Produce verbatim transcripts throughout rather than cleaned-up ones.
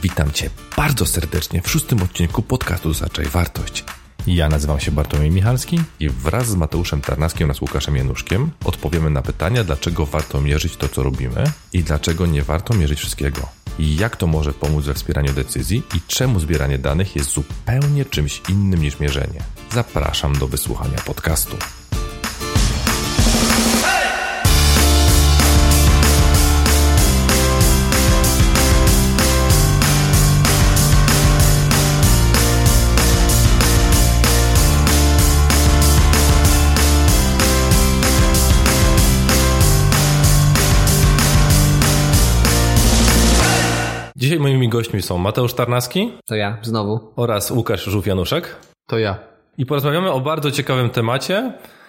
Witam Cię bardzo serdecznie w szóstym odcinku podcastu Zaczaj Wartość. Ja nazywam się Bartłomiej Michalski i wraz z Mateuszem Tarnaskim oraz Łukaszem Januszkiem odpowiemy na pytania, dlaczego warto mierzyć to, co robimy i dlaczego nie warto mierzyć wszystkiego. I jak to może pomóc we wspieraniu decyzji i czemu zbieranie danych jest zupełnie czymś innym niż mierzenie. Zapraszam do wysłuchania podcastu. Dzisiaj moimi gośćmi są Mateusz Tarnaski. To ja, znowu. Oraz Łukasz Żółw-Januszek. To ja. I porozmawiamy o bardzo ciekawym temacie,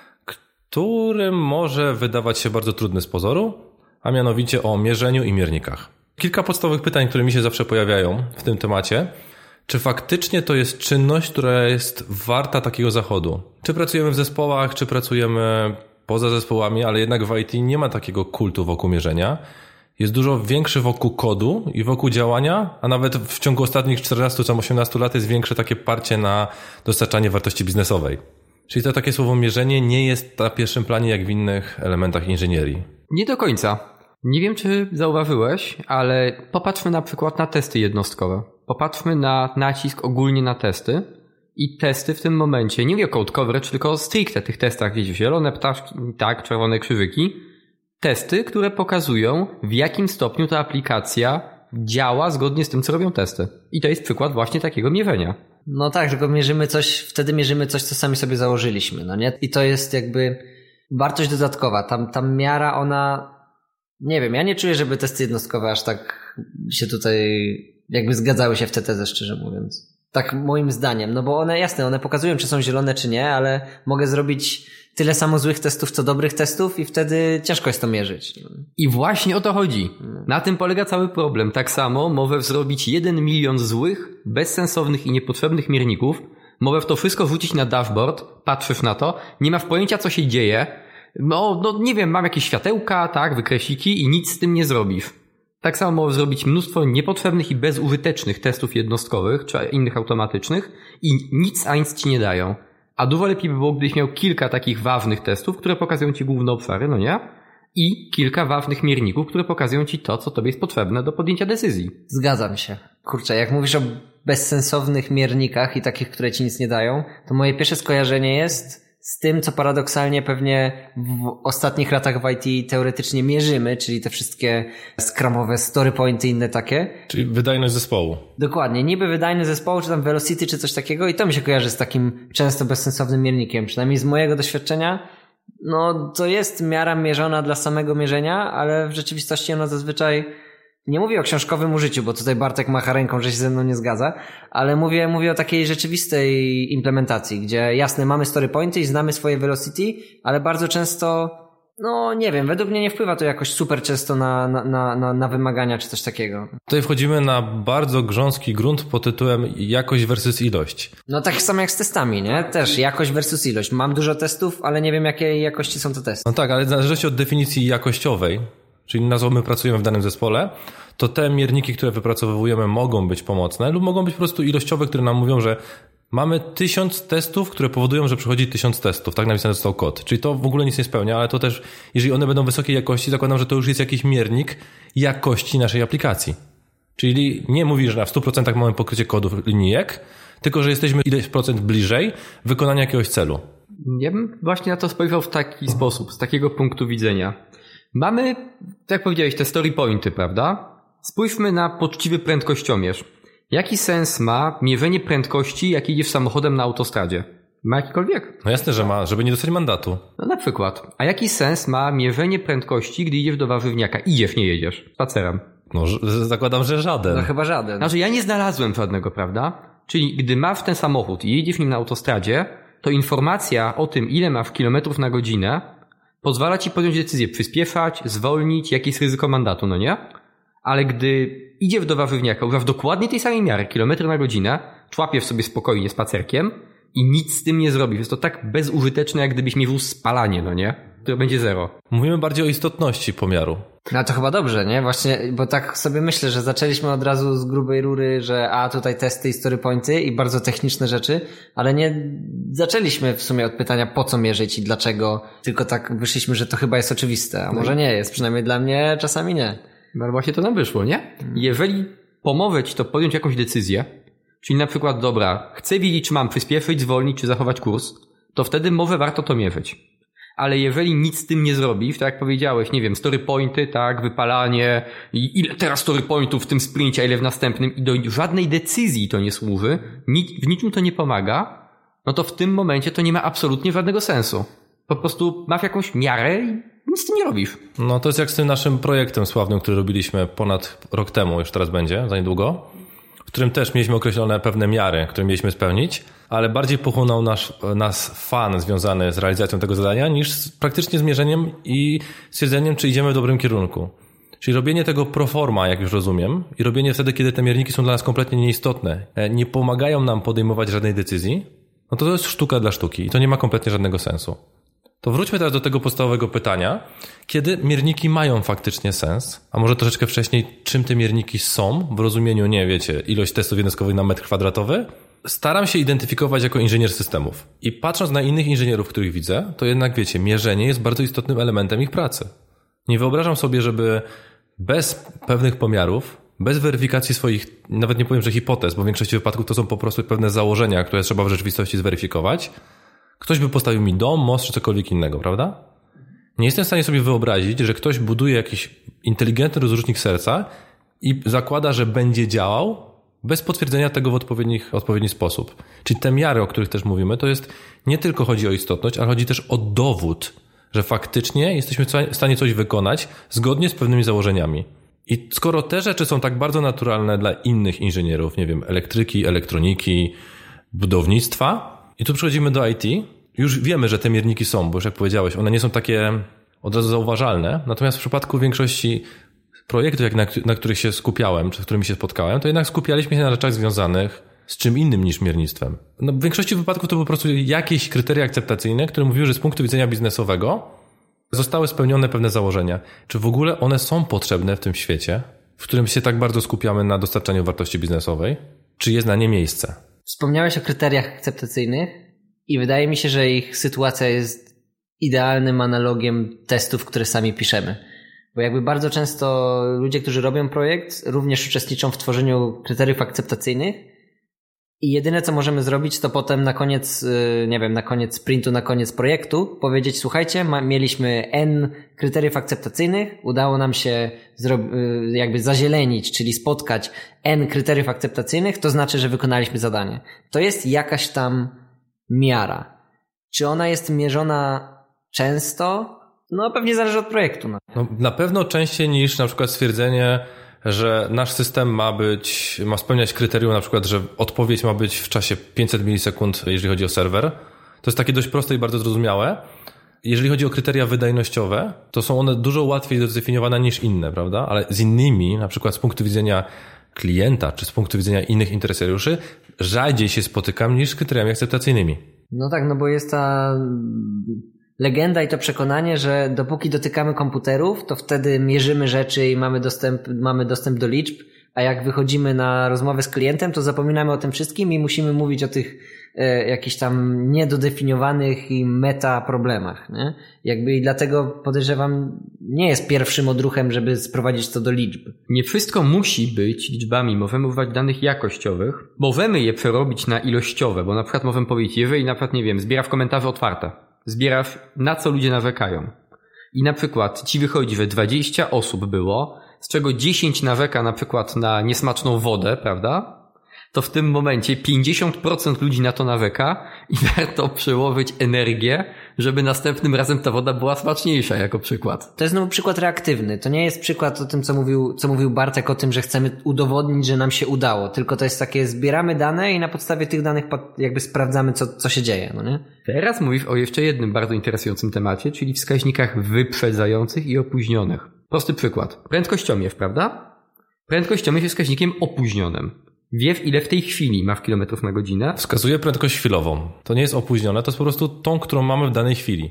który może wydawać się bardzo trudny z pozoru, a mianowicie o mierzeniu i miernikach. Kilka podstawowych pytań, które mi się zawsze pojawiają w tym temacie. Czy faktycznie to jest czynność, która jest warta takiego zachodu? Czy pracujemy w zespołach, czy pracujemy poza zespołami, ale jednak w I T nie ma takiego kultu wokół mierzenia. Jest dużo większy wokół kodu i wokół działania, a nawet w ciągu ostatnich czternastu czy osiemnastu lat jest większe takie parcie na dostarczanie wartości biznesowej. Czyli to takie słowo mierzenie nie jest na pierwszym planie jak w innych elementach inżynierii. Nie do końca. Nie wiem, czy zauważyłeś, ale popatrzmy na przykład na testy jednostkowe. Popatrzmy na nacisk ogólnie na testy i testy w tym momencie, nie mówię o code coverage, tylko stricte tych testach, gdzieś zielone ptaszki, tak, czerwone krzyżyki. Testy, które pokazują, w jakim stopniu ta aplikacja działa zgodnie z tym, co robią testy. I to jest przykład właśnie takiego mierzenia. No tak, tylko mierzymy coś, wtedy mierzymy coś, co sami sobie założyliśmy, no nie? I to jest jakby wartość dodatkowa. Tam, ta miara, ona, nie wiem, ja nie czuję, żeby testy jednostkowe aż tak się tutaj jakby zgadzały się w tę tezę, szczerze mówiąc. Tak moim zdaniem, no bo one, jasne, one pokazują, czy są zielone, czy nie, ale mogę zrobić tyle samo złych testów, co dobrych testów i wtedy ciężko jest to mierzyć. I właśnie o to chodzi. Na tym polega cały problem. Tak samo mogę zrobić jeden milion złych, bezsensownych i niepotrzebnych mierników, mogę w to wszystko wrzucić na dashboard, patrzysz na to, nie masz pojęcia, co się dzieje, no, no nie wiem, mam jakieś światełka, tak, wykresiki i nic z tym nie zrobisz. Tak samo mogę zrobić mnóstwo niepotrzebnych i bezużytecznych testów jednostkowych, czy innych automatycznych i nic a nic ci nie dają. A dużo lepiej by było, gdybyś miał kilka takich ważnych testów, które pokazują ci główne obszary, no nie? I kilka ważnych mierników, które pokazują ci to, co tobie jest potrzebne do podjęcia decyzji. Zgadzam się. Kurczę, jak mówisz o bezsensownych miernikach i takich, które ci nic nie dają, to moje pierwsze skojarzenie jest z tym, co paradoksalnie pewnie w ostatnich latach w I T teoretycznie mierzymy, czyli te wszystkie scrumowe story pointy i inne takie. Czyli wydajność zespołu. Dokładnie. Niby wydajność zespołu, czy tam velocity, czy coś takiego i to mi się kojarzy z takim często bezsensownym miernikiem. Przynajmniej z mojego doświadczenia. No to jest miara mierzona dla samego mierzenia, ale w rzeczywistości ona zazwyczaj... Nie mówię o książkowym użyciu, bo tutaj Bartek macha ręką, że się ze mną nie zgadza, ale mówię, mówię o takiej rzeczywistej implementacji, gdzie jasne, mamy story pointy i znamy swoje velocity, ale bardzo często, no nie wiem, według mnie nie wpływa to jakoś super często na, na, na, na wymagania czy coś takiego. Tutaj wchodzimy na bardzo grząski grunt pod tytułem jakość versus ilość. No tak samo jak z testami, nie? Też jakość versus ilość. Mam dużo testów, ale nie wiem jakiej jakości są te testy. No tak, ale w zależności od definicji jakościowej, czyli na co my pracujemy w danym zespole, to te mierniki, które wypracowujemy, mogą być pomocne lub mogą być po prostu ilościowe, które nam mówią, że mamy tysiąc testów, które powodują, że przychodzi tysiąc testów. Tak napisany został kod. Czyli to w ogóle nic nie spełnia, ale to też, jeżeli one będą wysokiej jakości, zakładam, że to już jest jakiś miernik jakości naszej aplikacji. Czyli nie mówi, że na stu procentach mamy pokrycie kodów linijek, tylko że jesteśmy ileś procent bliżej wykonania jakiegoś celu. Ja bym właśnie na to spojrzał w taki sposób, z takiego punktu widzenia. Mamy, tak jak powiedziałeś, te story pointy, prawda? Spójrzmy na poczciwy prędkościomierz. Jaki sens ma mierzenie prędkości, jak idziesz samochodem na autostradzie? Ma jakikolwiek? No jasne, że ma, żeby nie dostać mandatu. No na przykład. A jaki sens ma mierzenie prędkości, gdy idziesz do warzywniaka? Idziesz, nie jedziesz. Spacerem. No zakładam, że żaden. No chyba żaden. Znaczy ja nie znalazłem żadnego, prawda? Czyli gdy masz ten samochód i jedziesz nim na autostradzie, to informacja o tym, ile masz kilometrów na godzinę, pozwala ci podjąć decyzję, przyspieszać, zwolnić, jakie jest ryzyko mandatu, no nie? Ale gdy idziesz do warzywniaka, używasz dokładnie tej samej miary, kilometr na godzinę, człapiesz sobie spokojnie spacerkiem i nic z tym nie zrobisz. Jest to tak bezużyteczne, jak gdybyś mierzył spalanie, no nie? które będzie zero. Mówimy bardziej o istotności pomiaru. No to chyba dobrze, nie? Właśnie, bo tak sobie myślę, że zaczęliśmy od razu z grubej rury, że a tutaj testy i story pointy i bardzo techniczne rzeczy, ale nie zaczęliśmy w sumie od pytania po co mierzyć i dlaczego, tylko tak wyszliśmy, że to chyba jest oczywiste, a może nie jest, przynajmniej dla mnie czasami nie. No właśnie to nam wyszło, nie? Jeżeli pomowę ci to podjąć jakąś decyzję, czyli na przykład dobra, chcę wiedzieć czy mam przyspieszyć, zwolnić czy zachować kurs, to wtedy mowę warto to mierzyć. Ale jeżeli nic z tym nie zrobisz, tak jak powiedziałeś, nie wiem, story pointy, tak, wypalanie i ile teraz story pointów w tym sprincie, a ile w następnym i do żadnej decyzji to nie służy, nic, w niczym to nie pomaga, no to w tym momencie to nie ma absolutnie żadnego sensu. Po prostu masz jakąś miarę i nic z tym nie robisz. No to jest jak z tym naszym projektem sławnym, który robiliśmy ponad rok temu, już teraz będzie, za niedługo, w którym też mieliśmy określone pewne miary, które mieliśmy spełnić, ale bardziej pochłonął nasz, nas fan związany z realizacją tego zadania niż z, praktycznie z mierzeniem i stwierdzeniem, czy idziemy w dobrym kierunku. Czyli robienie tego pro forma, jak już rozumiem, i robienie wtedy, kiedy te mierniki są dla nas kompletnie nieistotne, nie pomagają nam podejmować żadnej decyzji, no to to jest sztuka dla sztuki i to nie ma kompletnie żadnego sensu. To wróćmy teraz do tego podstawowego pytania, kiedy mierniki mają faktycznie sens, a może troszeczkę wcześniej, czym te mierniki są, w rozumieniu, nie wiecie, ilość testów jednostkowych na metr kwadratowy. Staram się identyfikować jako inżynier systemów i patrząc na innych inżynierów, których widzę, to jednak wiecie, mierzenie jest bardzo istotnym elementem ich pracy. Nie wyobrażam sobie, żeby bez pewnych pomiarów, bez weryfikacji swoich, nawet nie powiem, że hipotez, bo w większości wypadków to są po prostu pewne założenia, które trzeba w rzeczywistości zweryfikować, ktoś by postawił mi dom, most czy cokolwiek innego, prawda? Nie jestem w stanie sobie wyobrazić, że ktoś buduje jakiś inteligentny rozrusznik serca i zakłada, że będzie działał bez potwierdzenia tego w odpowiednich, odpowiedni sposób. Czyli te miary, o których też mówimy, to jest nie tylko chodzi o istotność, ale chodzi też o dowód, że faktycznie jesteśmy w stanie coś wykonać zgodnie z pewnymi założeniami. I skoro te rzeczy są tak bardzo naturalne dla innych inżynierów, nie wiem, elektryki, elektroniki, budownictwa, i tu przechodzimy do I T, już wiemy, że te mierniki są, bo już jak powiedziałeś, one nie są takie od razu zauważalne, natomiast w przypadku większości projektów, jak na, na których się skupiałem, czy z którymi się spotkałem, to jednak skupialiśmy się na rzeczach związanych z czym innym niż miernictwem. No, w większości wypadków to po prostu jakieś kryteria akceptacyjne, które mówiły, że z punktu widzenia biznesowego zostały spełnione pewne założenia. Czy w ogóle one są potrzebne w tym świecie, w którym się tak bardzo skupiamy na dostarczaniu wartości biznesowej? Czy jest na nie miejsce? Wspomniałeś o kryteriach akceptacyjnych i wydaje mi się, że ich sytuacja jest idealnym analogiem testów, które sami piszemy. Bo jakby bardzo często ludzie, którzy robią projekt, również uczestniczą w tworzeniu kryteriów akceptacyjnych i jedyne, co możemy zrobić, to potem na koniec, nie wiem, na koniec sprintu, na koniec projektu powiedzieć, słuchajcie, ma, mieliśmy N kryteriów akceptacyjnych, udało nam się zro- jakby zazielenić, czyli spotkać N kryteriów akceptacyjnych, to znaczy, że wykonaliśmy zadanie. To jest jakaś tam miara. Czy ona jest mierzona często? No pewnie zależy od projektu. No. No, na pewno częściej niż na przykład stwierdzenie, że nasz system ma być, ma spełniać kryterium, na przykład, że odpowiedź ma być w czasie pięćset milisekund, jeżeli chodzi o serwer. To jest takie dość proste i bardzo zrozumiałe. Jeżeli chodzi o kryteria wydajnościowe, to są one dużo łatwiej do zdefiniowania niż inne, prawda? Ale z innymi, na przykład z punktu widzenia klienta, czy z punktu widzenia innych interesariuszy, rzadziej się spotykam niż z kryteriami akceptacyjnymi. No tak, no bo jest ta legenda i to przekonanie, że dopóki dotykamy komputerów, to wtedy mierzymy rzeczy i mamy dostęp, mamy dostęp do liczb, a jak wychodzimy na rozmowę z klientem, to zapominamy o tym wszystkim i musimy mówić o tych e, jakichś tam niedodefiniowanych i meta problemach, nie? Jakby i dlatego podejrzewam, nie jest pierwszym odruchem, żeby sprowadzić to do liczb. Nie wszystko musi być liczbami. Możemy używać danych jakościowych. Możemy je przerobić na ilościowe, bo na przykład możemy powiedzieć, jeżeli na przykład, nie wiem, zbierasz komentarze otwarte, zbierasz na co ludzie narzekają i na przykład ci wychodzi, że dwadzieścia osób było, z czego dziesięć narzeka na przykład na niesmaczną wodę, prawda? To w tym momencie pięćdziesiąt procent ludzi na to narzeka i warto przełożyć energię, żeby następnym razem ta woda była smaczniejsza jako przykład. To jest znowu przykład reaktywny. To nie jest przykład o tym, co mówił, co mówił Bartek o tym, że chcemy udowodnić, że nam się udało. Tylko to jest takie, zbieramy dane i na podstawie tych danych jakby sprawdzamy, co, co się dzieje, no nie? Teraz mówisz o jeszcze jednym bardzo interesującym temacie, czyli wskaźnikach wyprzedzających i opóźnionych. Prosty przykład. Prędkościomierz, prawda? Prędkościomierz jest wskaźnikiem opóźnionym. Wie, ile w tej chwili ma w kilometrów na godzinę. Wskazuje prędkość chwilową. To nie jest opóźnione, to jest po prostu tą, którą mamy w danej chwili.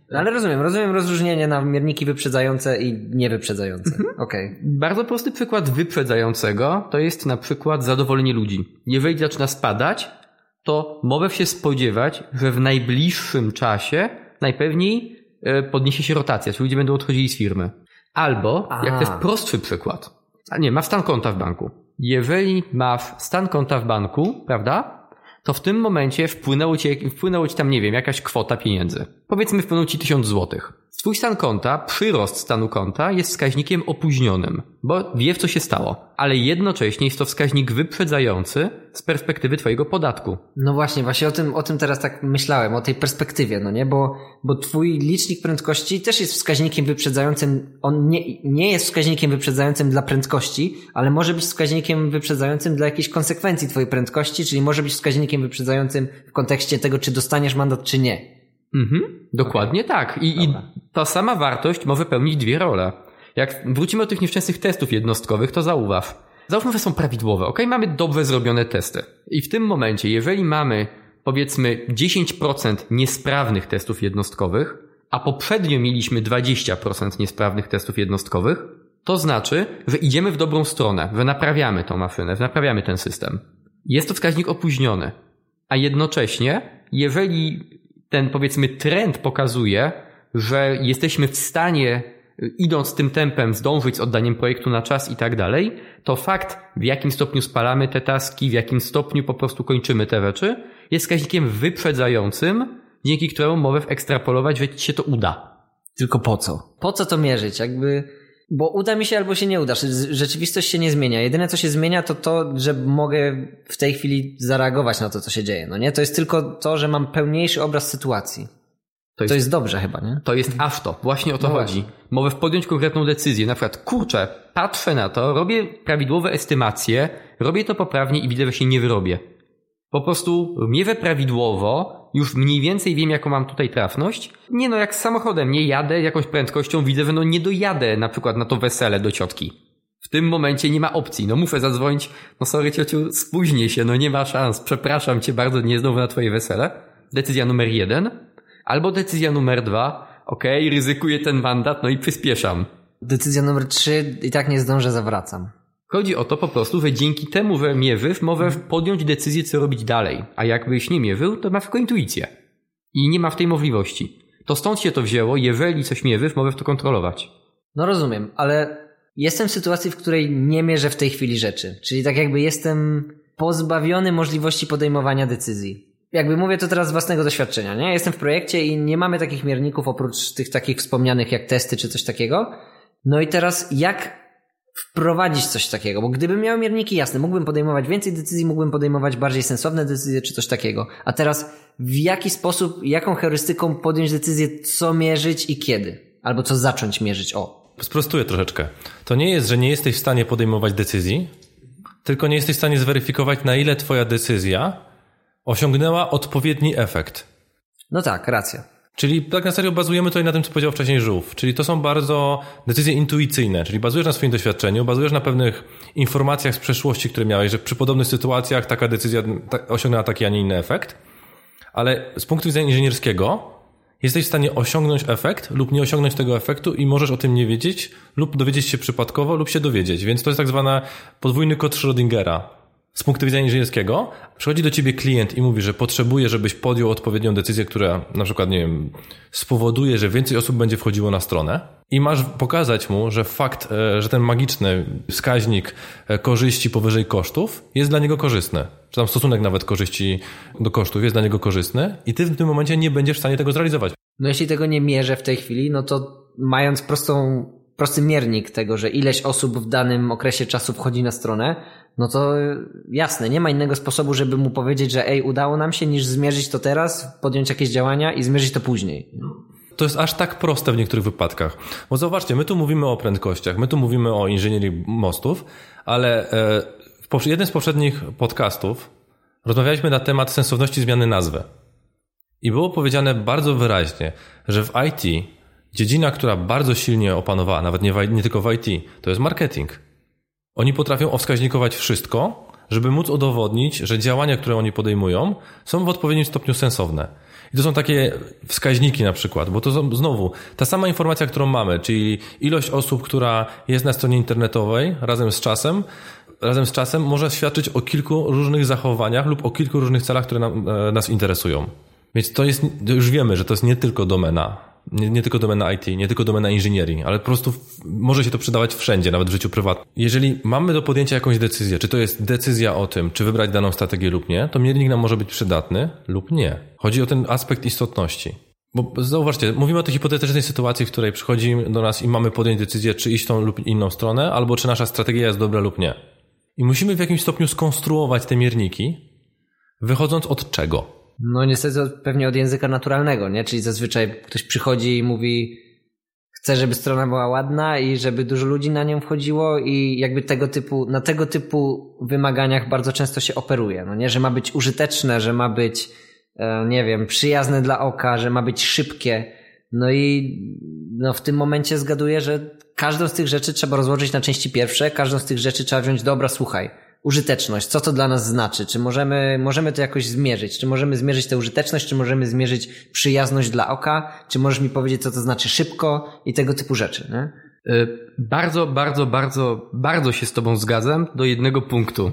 No ale rozumiem, rozumiem rozróżnienie na mierniki wyprzedzające i niewyprzedzające. Mhm. Okej. Okay. Bardzo prosty przykład wyprzedzającego to jest na przykład zadowolenie ludzi. Jeżeli zaczyna spadać, to mogę się spodziewać, że w najbliższym czasie najpewniej podniesie się rotacja, czyli ludzie będą odchodzili z firmy. Albo, A. jak też prostszy przykład, a nie, masz stan konta w banku. Jeżeli masz stan konta w banku, prawda, to w tym momencie wpłynęło ci, wpłynęło ci tam, nie wiem, jakaś kwota pieniędzy. Powiedzmy, wpłynął ci tysiąc złotych. Twój stan konta, przyrost stanu konta jest wskaźnikiem opóźnionym, bo wie, w co się stało, ale jednocześnie jest to wskaźnik wyprzedzający z perspektywy twojego podatku. No właśnie, właśnie o tym, o tym teraz tak myślałem, o tej perspektywie, no nie, bo, bo twój licznik prędkości też jest wskaźnikiem wyprzedzającym, on nie, nie jest wskaźnikiem wyprzedzającym dla prędkości, ale może być wskaźnikiem wyprzedzającym dla jakichś konsekwencji twojej prędkości, czyli może być wskaźnikiem wyprzedzającym w kontekście tego, czy dostaniesz mandat, czy nie. Mhm, dokładnie okay. tak. I, I ta sama wartość może pełnić dwie role. Jak wrócimy do tych nieszczęsnych testów jednostkowych, to zauważ. Załóżmy, że są prawidłowe, ok? Mamy dobrze zrobione testy. I w tym momencie, jeżeli mamy, powiedzmy, dziesięć procent niesprawnych testów jednostkowych, a poprzednio mieliśmy dwadzieścia procent niesprawnych testów jednostkowych, to znaczy, że idziemy w dobrą stronę, że naprawiamy tą maszynę, że naprawiamy ten system. Jest to wskaźnik opóźniony. A jednocześnie, jeżeli ten, powiedzmy, trend pokazuje, że jesteśmy w stanie, idąc tym tempem, zdążyć z oddaniem projektu na czas i tak dalej, to fakt, w jakim stopniu spalamy te taski, w jakim stopniu po prostu kończymy te rzeczy, jest wskaźnikiem wyprzedzającym, dzięki któremu mogę ekstrapolować, że ci się to uda. Tylko po co? Po co to mierzyć? Jakby... Bo uda mi się albo się nie uda. Rzeczywistość się nie zmienia. Jedyne co się zmienia to to, że mogę w tej chwili zareagować na to, co się dzieje. No nie? To jest tylko to, że mam pełniejszy obraz sytuacji. To jest, to jest dobrze chyba, nie? To jest aż to. Właśnie o to no chodzi. Właśnie. Mogę podjąć konkretną decyzję. Na przykład, kurczę, patrzę na to, robię prawidłowe estymacje, robię to poprawnie i widzę, że się nie wyrobię. Po prostu mierzę prawidłowo, już mniej więcej wiem, jaką mam tutaj trafność. Nie no, jak z samochodem, nie jadę jakąś prędkością, widzę, że no nie dojadę na przykład na to wesele do ciotki. W tym momencie nie ma opcji, no muszę zadzwonić, no sorry ciociu, spóźnię się, no nie ma szans, przepraszam cię bardzo, nie zdążę na twoje wesele. Decyzja numer jeden. Albo decyzja numer dwa, okej, okay, ryzykuję ten mandat, no i przyspieszam. Decyzja numer trzy, i tak nie zdążę, zawracam. Chodzi o to po prostu, że dzięki temu, że mierzysz, mogę podjąć decyzję, co robić dalej. A jakbyś nie mierzył, to masz tylko intuicję. I nie ma w tej możliwości. To stąd się to wzięło, jeżeli coś mierzysz, mogę to kontrolować. No rozumiem, ale jestem w sytuacji, w której nie mierzę w tej chwili rzeczy. Czyli tak jakby jestem pozbawiony możliwości podejmowania decyzji. Jakby mówię to teraz z własnego doświadczenia, nie? Jestem w projekcie i nie mamy takich mierników oprócz tych takich wspomnianych jak testy czy coś takiego. No i teraz jak wprowadzić coś takiego, bo gdybym miał mierniki, jasne, mógłbym podejmować więcej decyzji, mógłbym podejmować bardziej sensowne decyzje czy coś takiego. A teraz w jaki sposób, jaką heurystyką podjąć decyzję, co mierzyć i kiedy? Albo co zacząć mierzyć, o. Sprostuję troszeczkę. To nie jest, że nie jesteś w stanie podejmować decyzji, tylko nie jesteś w stanie zweryfikować, na ile twoja decyzja osiągnęła odpowiedni efekt. No tak, racja. Czyli tak na serio bazujemy tutaj na tym, co powiedział wcześniej Żółw. Czyli to są bardzo decyzje intuicyjne, czyli bazujesz na swoim doświadczeniu, bazujesz na pewnych informacjach z przeszłości, które miałeś, że przy podobnych sytuacjach taka decyzja osiągnęła taki, a nie inny efekt. Ale z punktu widzenia inżynierskiego jesteś w stanie osiągnąć efekt lub nie osiągnąć tego efektu i możesz o tym nie wiedzieć lub dowiedzieć się przypadkowo lub się dowiedzieć. Więc to jest tak zwana podwójny kod Schrödingera. Z punktu widzenia inżynierskiego przychodzi do ciebie klient i mówi, że potrzebuje, żebyś podjął odpowiednią decyzję, która na przykład, nie wiem, spowoduje, że więcej osób będzie wchodziło na stronę i masz pokazać mu, że fakt, że ten magiczny wskaźnik korzyści powyżej kosztów jest dla niego korzystny. Czy tam stosunek nawet korzyści do kosztów jest dla niego korzystny i ty w tym momencie nie będziesz w stanie tego zrealizować. No jeśli tego nie mierzę w tej chwili, no to mając prostą, prosty miernik tego, że ileś osób w danym okresie czasu wchodzi na stronę, no to jasne, nie ma innego sposobu, żeby mu powiedzieć, że ej, udało nam się, niż zmierzyć to teraz, podjąć jakieś działania i zmierzyć to później. To jest aż tak proste w niektórych wypadkach. Bo zobaczcie, my tu mówimy o prędkościach, my tu mówimy o inżynierii mostów, ale w jednym z poprzednich podcastów rozmawialiśmy na temat sensowności zmiany nazwy. I było powiedziane bardzo wyraźnie, że w I T dziedzina, która bardzo silnie opanowała, nawet nie, w, nie tylko w I T, to jest marketing. Oni potrafią owskaźnikować wszystko, żeby móc udowodnić, że działania, które oni podejmują, są w odpowiednim stopniu sensowne. I to są takie wskaźniki na przykład, bo to są, znowu ta sama informacja, którą mamy, czyli ilość osób, która jest na stronie internetowej razem z czasem, razem z czasem może świadczyć o kilku różnych zachowaniach lub o kilku różnych celach, które nam, e, nas interesują. Więc to jest, już wiemy, że to jest nie tylko domena, nie, nie tylko domena I T, nie tylko domena inżynierii, ale po prostu w, może się to przydawać wszędzie, nawet w życiu prywatnym. Jeżeli mamy do podjęcia jakąś decyzję, czy to jest decyzja o tym, czy wybrać daną strategię lub nie, to miernik nam może być przydatny lub nie. Chodzi o ten aspekt istotności. Bo zauważcie, mówimy o tej hipotetycznej sytuacji, w której przychodzi do nas i mamy podjąć decyzję, czy iść tą lub inną stronę, albo czy nasza strategia jest dobra lub nie. I musimy w jakimś stopniu skonstruować te mierniki, wychodząc od czego? No niestety pewnie od języka naturalnego, nie? Czyli zazwyczaj ktoś przychodzi i mówi, chce, żeby strona była ładna i żeby dużo ludzi na nią wchodziło i jakby tego typu, na tego typu wymaganiach bardzo często się operuje, no nie? Że ma być użyteczne, że ma być, nie wiem, przyjazne dla oka, że ma być szybkie. No i no w tym momencie zgaduję, że każdą z tych rzeczy trzeba rozłożyć na części pierwsze, każdą z tych rzeczy trzeba wziąć, dobra, słuchaj, użyteczność, co to dla nas znaczy, czy możemy, możemy to jakoś zmierzyć, czy możemy zmierzyć tę użyteczność, czy możemy zmierzyć przyjazność dla oka, czy możesz mi powiedzieć, co to znaczy szybko i tego typu rzeczy, nie? Bardzo, bardzo, bardzo, bardzo się z tobą zgadzam do jednego punktu.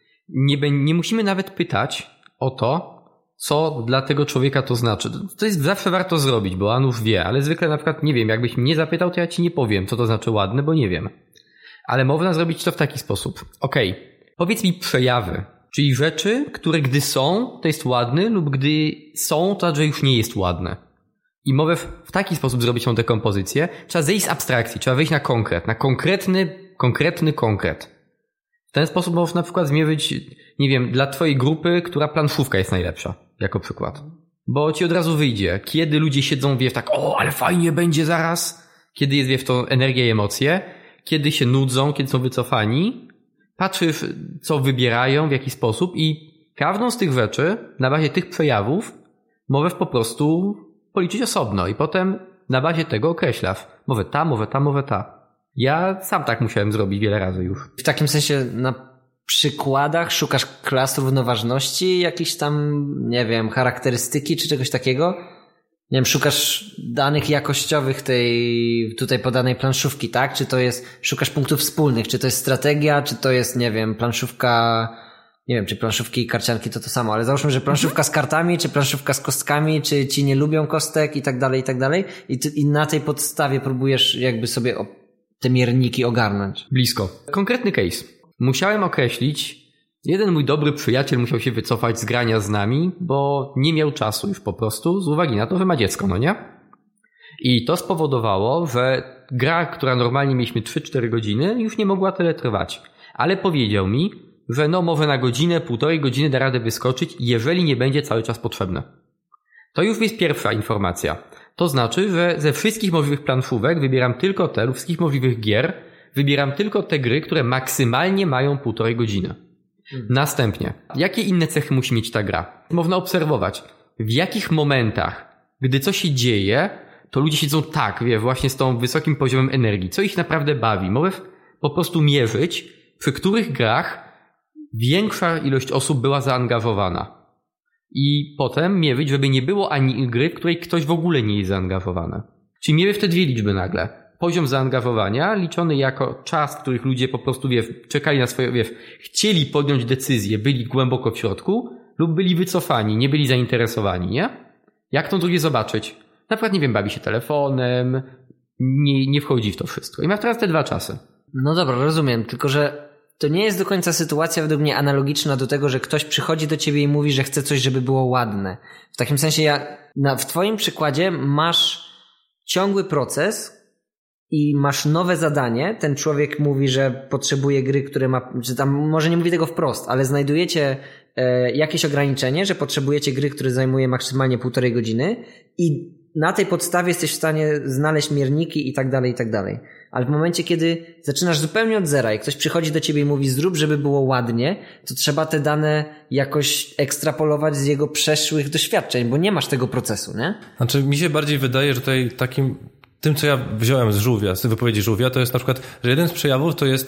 Nie, nie musimy nawet pytać o to, co dla tego człowieka to znaczy. To jest zawsze warto zrobić, bo Anów wie, ale zwykle na przykład nie wiem, jakbyś mnie zapytał, to ja ci nie powiem, co to znaczy ładne, bo nie wiem. Ale można zrobić to w taki sposób. Okej, okay. Powiedz mi przejawy, czyli rzeczy, które gdy są, to jest ładny, lub gdy są, to że już nie jest ładne. I mogę w, w taki sposób zrobić tą dekompozycję. Trzeba zejść z abstrakcji, trzeba wejść na konkret, na konkretny, konkretny konkret. W ten sposób możesz na przykład zmierzyć, nie wiem, dla twojej grupy, która planszówka jest najlepsza, jako przykład. Bo ci od razu wyjdzie, kiedy ludzie siedzą, wie, tak, o, ale fajnie będzie zaraz, kiedy jest, wie, w tą energię i emocje, kiedy się nudzą, kiedy są wycofani, patrzysz, co wybierają, w jaki sposób i każdą z tych rzeczy, na bazie tych przejawów, możesz po prostu policzyć osobno i potem na bazie tego określasz. Może ta, może ta, może ta. Ja sam tak musiałem zrobić wiele razy już. W takim sensie na przykładach szukasz klas równoważności, jakichś tam, nie wiem, charakterystyki czy czegoś takiego? Nie wiem, szukasz danych jakościowych tej tutaj podanej planszówki, tak? Czy to jest, szukasz punktów wspólnych, czy to jest strategia, czy to jest, nie wiem, planszówka, nie wiem, czy planszówki i karcianki to to samo, ale załóżmy, że planszówka z kartami, czy planszówka z kostkami, czy ci nie lubią kostek i tak dalej, i tak dalej. I, ty, i na tej podstawie próbujesz jakby sobie te mierniki ogarnąć. Blisko. Konkretny case. Musiałem określić, jeden mój dobry przyjaciel musiał się wycofać z grania z nami, bo nie miał czasu już po prostu, z uwagi na to, że ma dziecko, no nie? I to spowodowało, że gra, która normalnie mieliśmy trzy cztery godziny, już nie mogła tyle trwać. Ale powiedział mi, że no może na godzinę, półtorej godziny da radę wyskoczyć, jeżeli nie będzie cały czas potrzebne. To już jest pierwsza informacja. To znaczy, że ze wszystkich możliwych planszówek wybieram tylko te, lub wszystkich możliwych gier, wybieram tylko te gry, które maksymalnie mają półtorej godziny. Hmm. Następnie, jakie inne cechy musi mieć ta gra? Można obserwować, w jakich momentach, gdy coś się dzieje, to ludzie siedzą tak, wie, właśnie z tą wysokim poziomem energii, co ich naprawdę bawi. Mogę po prostu mierzyć, przy których grach większa ilość osób była zaangażowana. I potem mierzyć, żeby nie było ani gry, w której ktoś w ogóle nie jest zaangażowany. Czyli mierzyć te dwie liczby nagle. Poziom zaangażowania liczony jako czas, w których ludzie po prostu, wiesz, czekali na swoje, wiesz, chcieli podjąć decyzję, byli głęboko w środku lub byli wycofani, nie byli zainteresowani, nie? Jak to drugie zobaczyć? Na przykład, nie wiem, bawi się telefonem, nie, nie wchodzi w to wszystko. I masz teraz te dwa czasy. No dobra, rozumiem, tylko że to nie jest do końca sytuacja według mnie analogiczna do tego, że ktoś przychodzi do ciebie i mówi, że chce coś, żeby było ładne. W takim sensie ja, na, w twoim przykładzie masz ciągły proces i masz nowe zadanie. Ten człowiek mówi, że potrzebuje gry, które ma, czy tam może nie mówi tego wprost, ale znajdujecie e, jakieś ograniczenie, że potrzebujecie gry, które zajmuje maksymalnie półtorej godziny i na tej podstawie jesteś w stanie znaleźć mierniki i tak dalej, i tak dalej. Ale w momencie, kiedy zaczynasz zupełnie od zera i ktoś przychodzi do ciebie i mówi zrób, żeby było ładnie, to trzeba te dane jakoś ekstrapolować z jego przeszłych doświadczeń, bo nie masz tego procesu, nie? Znaczy mi się bardziej wydaje, że tutaj takim, tym co ja wziąłem z żółwia, z wypowiedzi żółwia, to jest na przykład, że jeden z przejawów to jest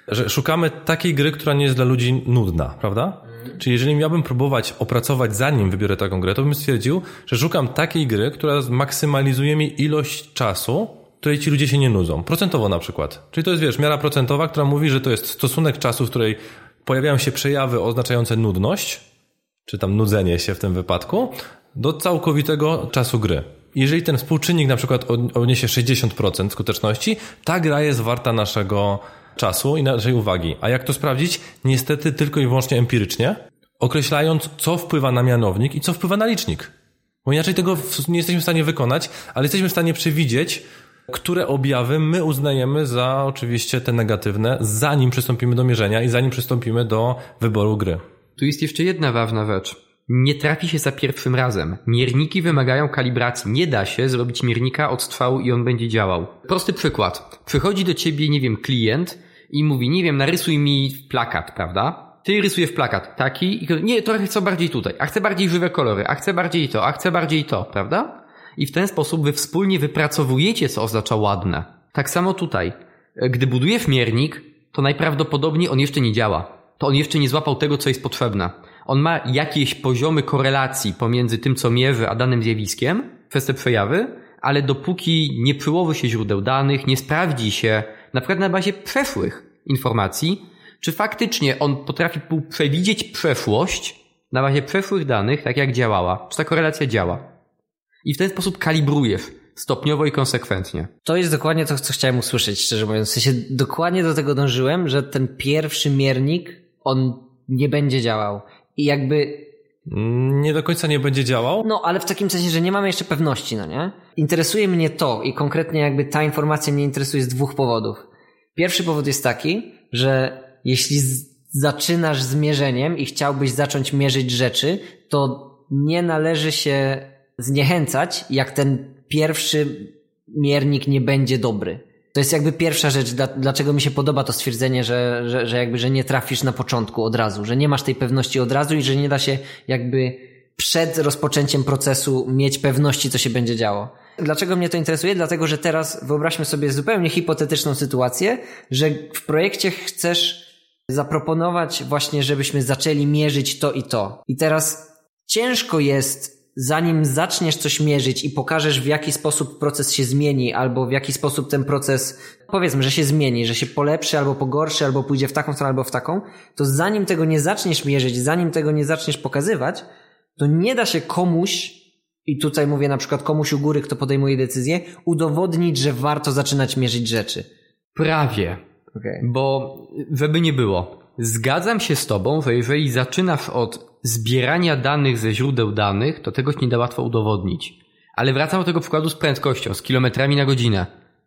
że szukamy takiej gry, która nie jest dla ludzi nudna, prawda? Czyli jeżeli miałbym próbować opracować, zanim wybiorę taką grę, to bym stwierdził, że szukam takiej gry, która maksymalizuje mi ilość czasu, której ci ludzie się nie nudzą. Procentowo na przykład. Czyli to jest, wiesz, miara procentowa, która mówi, że to jest stosunek czasu, w której pojawiają się przejawy oznaczające nudność, czy tam nudzenie się w tym wypadku, do całkowitego czasu gry. Jeżeli ten współczynnik na przykład odniesie sześćdziesiąt procent skuteczności, ta gra jest warta naszego czasu i naszej uwagi. A jak to sprawdzić? Niestety tylko i wyłącznie empirycznie, określając, co wpływa na mianownik i co wpływa na licznik. Bo inaczej tego nie jesteśmy w stanie wykonać, ale jesteśmy w stanie przewidzieć, które objawy my uznajemy za oczywiście te negatywne, zanim przystąpimy do mierzenia i zanim przystąpimy do wyboru gry. Tu jest jeszcze jedna ważna rzecz. Nie trafi się za pierwszym razem. Mierniki wymagają kalibracji. Nie da się zrobić miernika od strzału i on będzie działał. Prosty przykład. Przychodzi do ciebie, nie wiem, klient i mówi, nie wiem, narysuj mi plakat, prawda? Ty rysujesz plakat taki i nie, trochę chcę bardziej tutaj, a chcę bardziej żywe kolory, a chcę bardziej to, a chcę bardziej to, prawda? I w ten sposób wy wspólnie wypracowujecie, co oznacza ładne. Tak samo tutaj. Gdy budujesz miernik, to najprawdopodobniej on jeszcze nie działa. To on jeszcze nie złapał tego, co jest potrzebne. On ma jakieś poziomy korelacji pomiędzy tym, co mierzy, a danym zjawiskiem przez te przejawy, ale dopóki nie przyłoży się źródeł danych, nie sprawdzi się, na przykład na bazie przeszłych informacji, czy faktycznie on potrafi przewidzieć przeszłość na bazie przeszłych danych, tak jak działała, czy ta korelacja działa. I w ten sposób kalibrujesz stopniowo i konsekwentnie. To jest dokładnie to, co chciałem usłyszeć, szczerze mówiąc. W sensie dokładnie do tego dążyłem, że ten pierwszy miernik, on nie będzie działał. I jakby... Nie do końca nie będzie działał. No, ale w takim sensie, że nie mamy jeszcze pewności, no nie? Interesuje mnie to i konkretnie jakby ta informacja mnie interesuje z dwóch powodów. Pierwszy powód jest taki, że jeśli z- zaczynasz z mierzeniem i chciałbyś zacząć mierzyć rzeczy, to nie należy się zniechęcać, jak ten pierwszy miernik nie będzie dobry. To jest jakby pierwsza rzecz, dla, dlaczego mi się podoba to stwierdzenie, że, że, że jakby, że nie trafisz na początku od razu, że nie masz tej pewności od razu i że nie da się jakby przed rozpoczęciem procesu mieć pewności, co się będzie działo. Dlaczego mnie to interesuje? Dlatego, że teraz wyobraźmy sobie zupełnie hipotetyczną sytuację, że w projekcie chcesz zaproponować właśnie, żebyśmy zaczęli mierzyć to i to. I teraz ciężko jest, zanim zaczniesz coś mierzyć i pokażesz, w jaki sposób proces się zmieni, albo w jaki sposób ten proces, powiedzmy, że się zmieni, że się polepszy, albo pogorszy, albo pójdzie w taką stronę, albo w taką, to zanim tego nie zaczniesz mierzyć, zanim tego nie zaczniesz pokazywać, to nie da się komuś, i tutaj mówię na przykład komuś u góry, kto podejmuje decyzję, udowodnić, że warto zaczynać mierzyć rzeczy. Prawie. Okay. Bo żeby nie było, zgadzam się z tobą, że jeżeli zaczynasz od zbierania danych ze źródeł danych, to tego się nie da łatwo udowodnić. Ale wracam do tego przykładu z prędkością, z kilometrami na godzinę.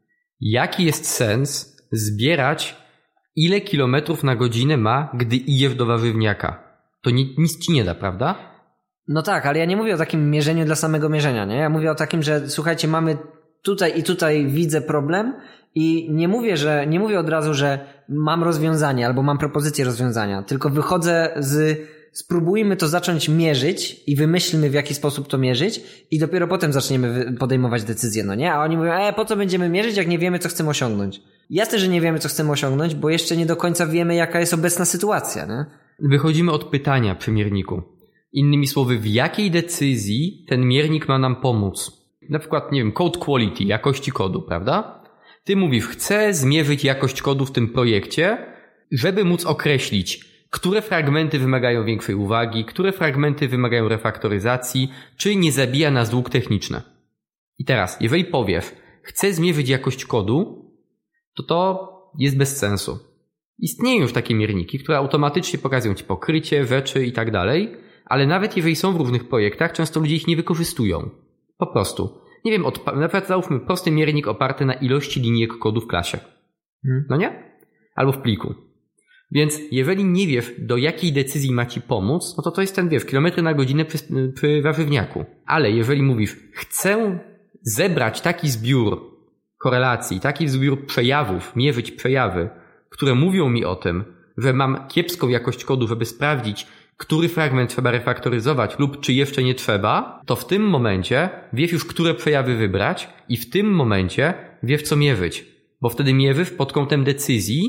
Jaki jest sens zbierać, ile kilometrów na godzinę ma, gdy idziesz do warzywniaka? To ni- nic ci nie da, prawda? No tak, ale ja nie mówię o takim mierzeniu dla samego mierzenia, nie? Ja mówię o takim, że słuchajcie, mamy tutaj i tutaj widzę problem i nie mówię, że nie mówię od razu, że mam rozwiązanie albo mam propozycję rozwiązania, tylko wychodzę z spróbujmy to zacząć mierzyć i wymyślmy, w jaki sposób to mierzyć i dopiero potem zaczniemy podejmować decyzje, no nie? A oni mówią, e, po co będziemy mierzyć, jak nie wiemy, co chcemy osiągnąć? Jasne, że nie wiemy, co chcemy osiągnąć, bo jeszcze nie do końca wiemy, jaka jest obecna sytuacja, nie? Wychodzimy od pytania przy mierniku. Innymi słowy, w jakiej decyzji ten miernik ma nam pomóc? Na przykład, nie wiem, code quality, jakości kodu, prawda? Ty mówisz, chcę zmierzyć jakość kodu w tym projekcie, żeby móc określić, które fragmenty wymagają większej uwagi, które fragmenty wymagają refaktoryzacji, czy nie zabija nas dług techniczny. I teraz, jeżeli powiesz, chcę zmierzyć jakość kodu, to to jest bez sensu. Istnieją już takie mierniki, które automatycznie pokazują ci pokrycie, rzeczy i tak dalej, ale nawet jeżeli są w różnych projektach, często ludzie ich nie wykorzystują. Po prostu. Nie wiem, odpa- na przykład załóżmy prosty miernik oparty na ilości linijek kodu w klasie. Hmm. No nie? Albo w pliku. Więc jeżeli nie wiesz, do jakiej decyzji ma ci pomóc, no to to jest ten, wiesz, kilometry na godzinę przy, przy warzywniaku. Ale jeżeli mówisz, chcę zebrać taki zbiór korelacji, taki zbiór przejawów, mierzyć przejawy, które mówią mi o tym, że mam kiepską jakość kodu, żeby sprawdzić, który fragment trzeba refaktoryzować lub czy jeszcze nie trzeba, to w tym momencie wiesz już, które przejawy wybrać i w tym momencie wiesz, co mierzyć. Bo wtedy mierzysz pod kątem decyzji,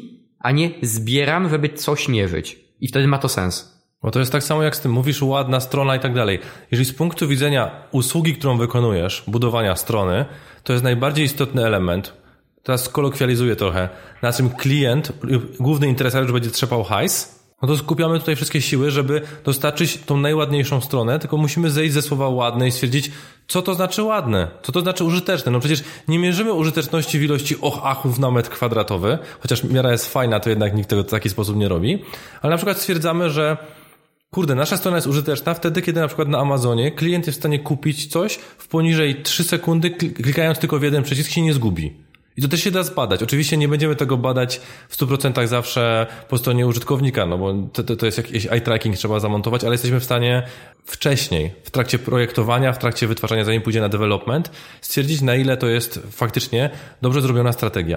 a nie zbieram, żeby coś mierzyć. I wtedy ma to sens. Bo to jest tak samo jak z tym, mówisz ładna strona i tak dalej. Jeżeli z punktu widzenia usługi, którą wykonujesz, budowania strony, to jest najbardziej istotny element. Teraz kolokwializuję trochę. Na czym klient, główny interesariusz będzie trzepał hajs, no to skupiamy tutaj wszystkie siły, żeby dostarczyć tą najładniejszą stronę, tylko musimy zejść ze słowa ładne i stwierdzić, co to znaczy ładne, co to znaczy użyteczne. No przecież nie mierzymy użyteczności w ilości och achów na metr kwadratowy, chociaż miara jest fajna, to jednak nikt tego w taki sposób nie robi, ale na przykład stwierdzamy, że kurde, nasza strona jest użyteczna wtedy, kiedy na przykład na Amazonie klient jest w stanie kupić coś w poniżej trzy sekundy, klikając tylko w jeden przycisk się nie zgubi. I to też się da zbadać. Oczywiście nie będziemy tego badać w stu procentach zawsze po stronie użytkownika, no bo to, to, to jest jakiś eye tracking trzeba zamontować, ale jesteśmy w stanie wcześniej, w trakcie projektowania, w trakcie wytwarzania, zanim pójdzie na development, stwierdzić, na ile to jest faktycznie dobrze zrobiona strategia.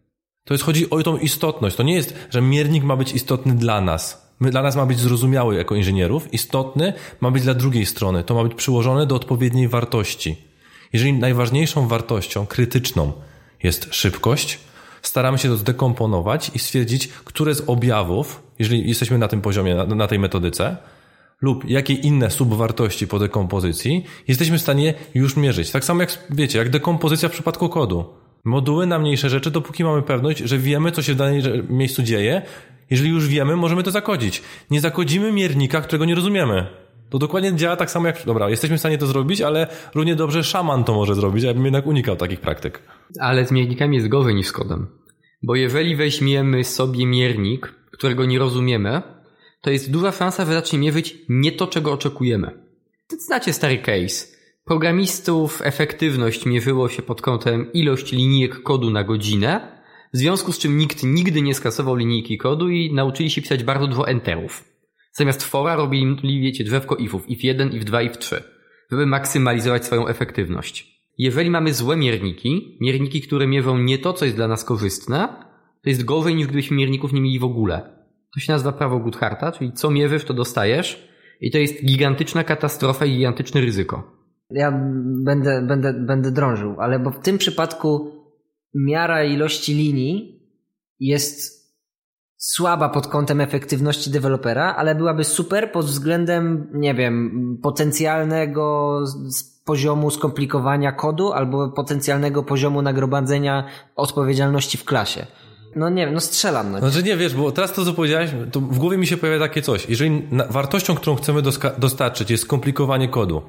To jest, chodzi o tą istotność. To nie jest, że miernik ma być istotny dla nas. My, dla nas ma być zrozumiały jako inżynierów. Istotny ma być dla drugiej strony. To ma być przyłożone do odpowiedniej wartości. Jeżeli najważniejszą wartością krytyczną jest szybkość, staramy się to zdekomponować i stwierdzić, które z objawów, jeżeli jesteśmy na tym poziomie, na, na tej metodyce, lub jakie inne subwartości po dekompozycji, jesteśmy w stanie już mierzyć. Tak samo jak, wiecie, jak dekompozycja w przypadku kodu. Moduły na mniejsze rzeczy, dopóki mamy pewność, że wiemy, co się w danym miejscu dzieje. Jeżeli już wiemy, możemy to zakodzić. Nie zakodzimy miernika, którego nie rozumiemy. To dokładnie działa tak samo jak... Dobra, jesteśmy w stanie to zrobić, ale równie dobrze szaman to może zrobić, a ja bym jednak unikał takich praktyk. Ale z miernikami jest gorzej niż z kodem. Bo jeżeli weźmiemy sobie miernik, którego nie rozumiemy, to jest duża szansa, że zacznie mierzyć nie to, czego oczekujemy. Znacie stary case. Programistów efektywność mierzyło się pod kątem ilość linijek kodu na godzinę, w związku z czym nikt nigdy nie skasował linijki kodu i nauczyli się pisać bardzo dużo enterów. Zamiast fora robili, wiecie, drzewko ifów, if jeden, if dwa, if trzy, żeby maksymalizować swoją efektywność. Jeżeli mamy złe mierniki, mierniki, które mierzą nie to, co jest dla nas korzystne, to jest gorzej niż gdybyśmy mierników nie mieli w ogóle. To się nazywa prawo Goodharta, czyli co mierzysz, to dostajesz i to jest gigantyczna katastrofa i gigantyczne ryzyko. Ja będę, będę, będę drążył, ale bo w tym przypadku miara ilości linii jest słaba pod kątem efektywności dewelopera, ale byłaby super pod względem, nie wiem, potencjalnego poziomu skomplikowania kodu albo potencjalnego poziomu nagromadzenia odpowiedzialności w klasie. No nie wiem, no strzelam. No. Znaczy nie, wiesz, bo teraz to, co powiedziałeś, to w głowie mi się pojawia takie coś. Jeżeli wartością, którą chcemy doska- dostarczyć jest skomplikowanie kodu,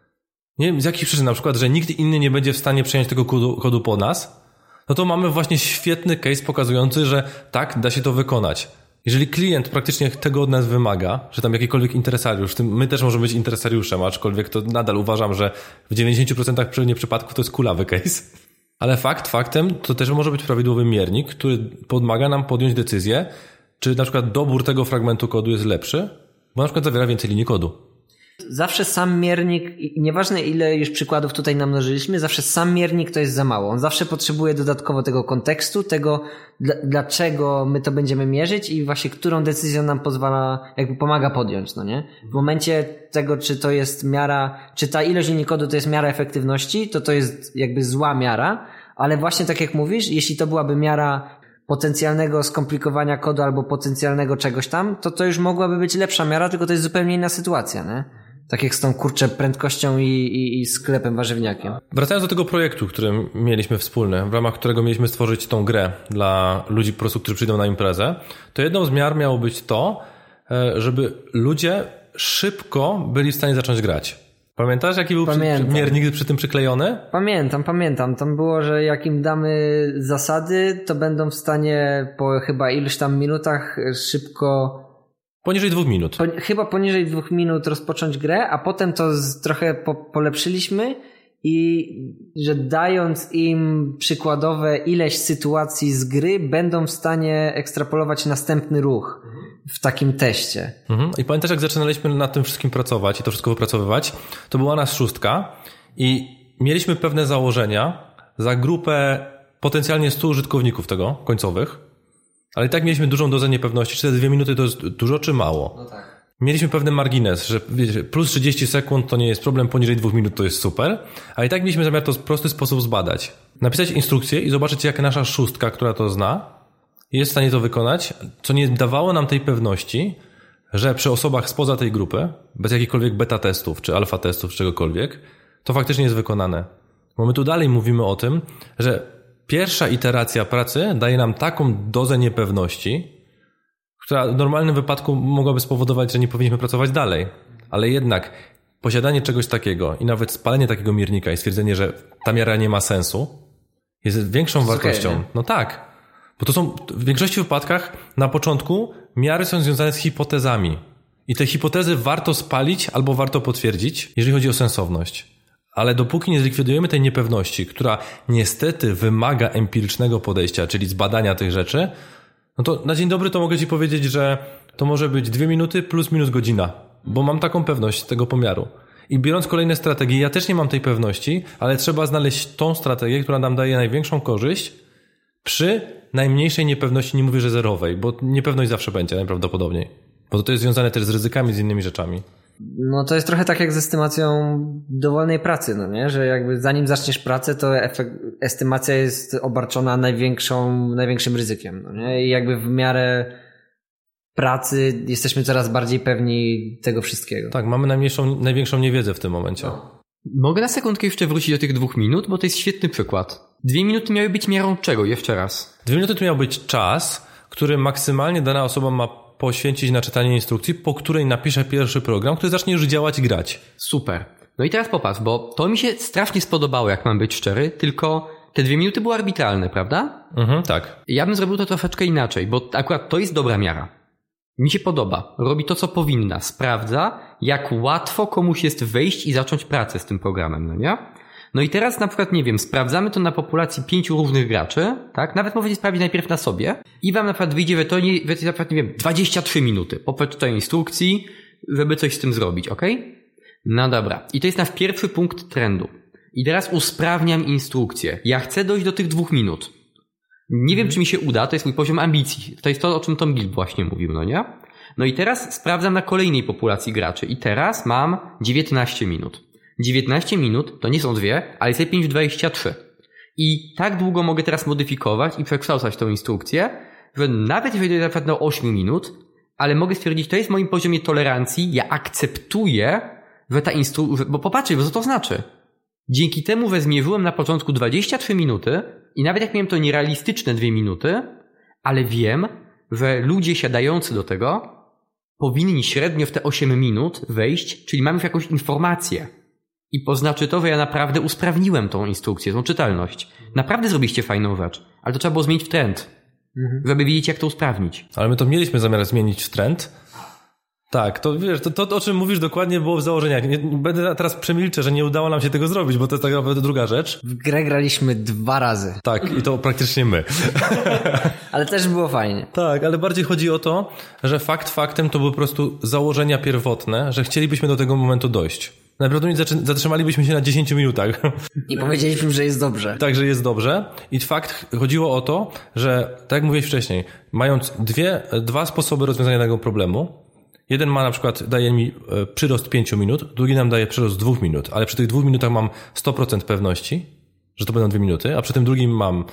nie wiem z jakich przyczyn, na przykład, że nikt inny nie będzie w stanie przejąć tego kodu, kodu po nas, no to mamy właśnie świetny case pokazujący, że tak, da się to wykonać. Jeżeli klient praktycznie tego od nas wymaga, że tam jakikolwiek interesariusz, w tym my też możemy być interesariuszem, aczkolwiek to nadal uważam, że w dziewięćdziesięciu procentach przypadków to jest kulawy case. Ale fakt faktem to też może być prawidłowy miernik, który pomaga nam podjąć decyzję, czy na przykład dobór tego fragmentu kodu jest lepszy, bo na przykład zawiera więcej linii kodu. Zawsze sam miernik, nieważne ile już przykładów tutaj namnożyliśmy, zawsze sam miernik to jest za mało. On zawsze potrzebuje dodatkowo tego kontekstu, tego dla, dlaczego my to będziemy mierzyć i właśnie którą decyzją nam pozwala, jakby pomaga podjąć, no nie? W momencie tego, czy to jest miara, czy ta ilość linii kodu to jest miara efektywności, to to jest jakby zła miara, ale właśnie tak jak mówisz, jeśli to byłaby miara potencjalnego skomplikowania kodu albo potencjalnego czegoś tam, to to już mogłaby być lepsza miara, tylko to jest zupełnie inna sytuacja, nie? Tak jak z tą kurczę prędkością i, i, i sklepem warzywniakiem. Wracając do tego projektu, który mieliśmy wspólny, w ramach którego mieliśmy stworzyć tą grę dla ludzi po prostu, którzy przyjdą na imprezę, to jedną z miar miało być to, żeby ludzie szybko byli w stanie zacząć grać. Pamiętasz, jaki był przy, miernik przy tym przyklejony? Pamiętam, pamiętam. Tam było, że jak im damy zasady, to będą w stanie po chyba iluś tam minutach szybko... Poniżej dwóch minut. Po, chyba poniżej dwóch minut rozpocząć grę, a potem to z, trochę po, polepszyliśmy i że dając im przykładowe ileś sytuacji z gry, będą w stanie ekstrapolować następny ruch w takim teście. Mhm. I pamiętasz, jak zaczynaliśmy nad tym wszystkim pracować i to wszystko wypracowywać, to była nas szóstka i mieliśmy pewne założenia za grupę potencjalnie stu użytkowników tego, końcowych, ale i tak mieliśmy dużą dozę niepewności, czy te dwie minuty to jest dużo, czy mało. No tak. Mieliśmy pewien margines, że wiecie, plus trzydzieści sekund to nie jest problem, poniżej dwóch minut to jest super, ale i tak mieliśmy zamiar to w prosty sposób zbadać. Napisać instrukcję i zobaczyć, jak nasza szóstka, która to zna, jest w stanie to wykonać, co nie dawało nam tej pewności, że przy osobach spoza tej grupy, bez jakichkolwiek beta testów, czy alfa testów, czy czegokolwiek, to faktycznie jest wykonane. Bo my tu dalej mówimy o tym, że pierwsza iteracja pracy daje nam taką dozę niepewności, która w normalnym wypadku mogłaby spowodować, że nie powinniśmy pracować dalej. Ale jednak posiadanie czegoś takiego i nawet spalenie takiego miernika i stwierdzenie, że ta miara nie ma sensu, jest większą jest wartością. Okay, no tak. Bo to są w większości wypadkach na początku miary są związane z hipotezami. I te hipotezy warto spalić albo warto potwierdzić, jeżeli chodzi o sensowność. Ale dopóki nie zlikwidujemy tej niepewności, która niestety wymaga empirycznego podejścia, czyli zbadania tych rzeczy, no to na dzień dobry to mogę ci powiedzieć, że to może być dwie minuty plus minus godzina, bo mam taką pewność tego pomiaru. I biorąc kolejne strategie, ja też nie mam tej pewności, ale trzeba znaleźć tą strategię, która nam daje największą korzyść przy najmniejszej niepewności, nie mówię, że zerowej, bo niepewność zawsze będzie najprawdopodobniej. Bo to jest związane też z ryzykami, z innymi rzeczami. No to jest trochę tak jak z estymacją dowolnej pracy, no nie? Że jakby zanim zaczniesz pracę, to efekt, estymacja jest obarczona największą, największym ryzykiem, no nie? I jakby w miarę pracy jesteśmy coraz bardziej pewni tego wszystkiego. Tak, mamy najmniejszą, największą niewiedzę w tym momencie. No. Mogę na sekundkę jeszcze wrócić do tych dwóch minut, bo to jest świetny przykład. Dwie minuty miały być miarą czego? Jeszcze raz. Dwie minuty to miał być czas, który maksymalnie dana osoba ma poświęcić na czytanie instrukcji, po której napisze pierwszy program, który zacznie już działać i grać. Super. No i teraz popatrz, bo to mi się strasznie spodobało, jak mam być szczery, tylko te dwie minuty były arbitralne, prawda? Mhm, tak. Ja bym zrobił to troszeczkę inaczej, bo akurat to jest dobra miara. Mi się podoba. Robi to, co powinna. Sprawdza, jak łatwo komuś jest wejść i zacząć pracę z tym programem, no nie? No i teraz na przykład, nie wiem, sprawdzamy to na populacji pięciu różnych graczy, tak? Nawet możecie sprawdzić najpierw na sobie i wam na przykład wyjdzie w to, nie, na przykład, nie wiem, dwadzieścia trzy minuty po przeczytaniu instrukcji, żeby coś z tym zrobić, okej? Okay? No dobra. I to jest nasz pierwszy punkt trendu. I teraz usprawniam instrukcję. Ja chcę dojść do tych dwóch minut. Nie wiem, czy mi się uda, to jest mój poziom ambicji. To jest to, o czym Tom Bill właśnie mówił, no nie? No i teraz sprawdzam na kolejnej populacji graczy i teraz mam dziewiętnaście minut. dziewiętnaście minut to nie są dwie, ale jest pięć dwadzieścia trzy. I tak długo mogę teraz modyfikować i przekształcać tą instrukcję, że nawet jeżeli to jest na przykład na osiem minut, ale mogę stwierdzić, to jest w moim poziomie tolerancji, ja akceptuję, że ta instrukcja, bo popatrzcie, co to znaczy. Dzięki temu, że zmierzyłem na początku dwadzieścia trzy minuty i nawet jak miałem to nierealistyczne dwie minuty, ale wiem, że ludzie siadający do tego powinni średnio w te osiem minut wejść, czyli mamy już jakąś informację. I poznaczy to, że ja naprawdę usprawniłem tą instrukcję, tą czytelność. Naprawdę zrobiliście fajną rzecz, ale to trzeba było zmienić w trend, mhm. żeby wiedzieć, jak to usprawnić. Ale my to mieliśmy zamiar zmienić w trend. Tak, to wiesz, to, to o czym mówisz dokładnie było w założeniach. Nie, będę teraz przemilczę, że nie udało nam się tego zrobić, bo to jest tak naprawdę druga rzecz. W grę graliśmy dwa razy. Tak, i to praktycznie my. Ale też było fajnie. Tak, ale bardziej chodzi o to, że fakt faktem to były po prostu założenia pierwotne, że chcielibyśmy do tego momentu dojść. Najprawdopodobniej zatrzymalibyśmy się na dziesięciu minutach. I powiedzieliśmy, że jest dobrze. Tak, że jest dobrze. I fakt chodziło o to, że, tak jak mówiłeś wcześniej, mając dwie, dwa sposoby rozwiązania tego problemu, jeden ma na przykład, daje mi przyrost pięciu minut, drugi nam daje przyrost dwóch minut, ale przy tych dwóch minutach mam sto procent pewności, że to będą dwie minuty, a przy tym drugim mam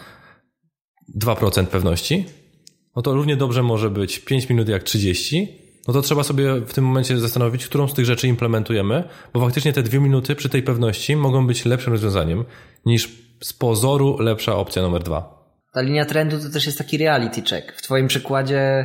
dwa procent pewności, no to równie dobrze może być pięć minut jak trzydzieści. No to trzeba sobie w tym momencie zastanowić, którą z tych rzeczy implementujemy, bo faktycznie te dwie minuty przy tej pewności mogą być lepszym rozwiązaniem niż z pozoru lepsza opcja numer dwa. Ta linia trendu to też jest taki reality check. W twoim przykładzie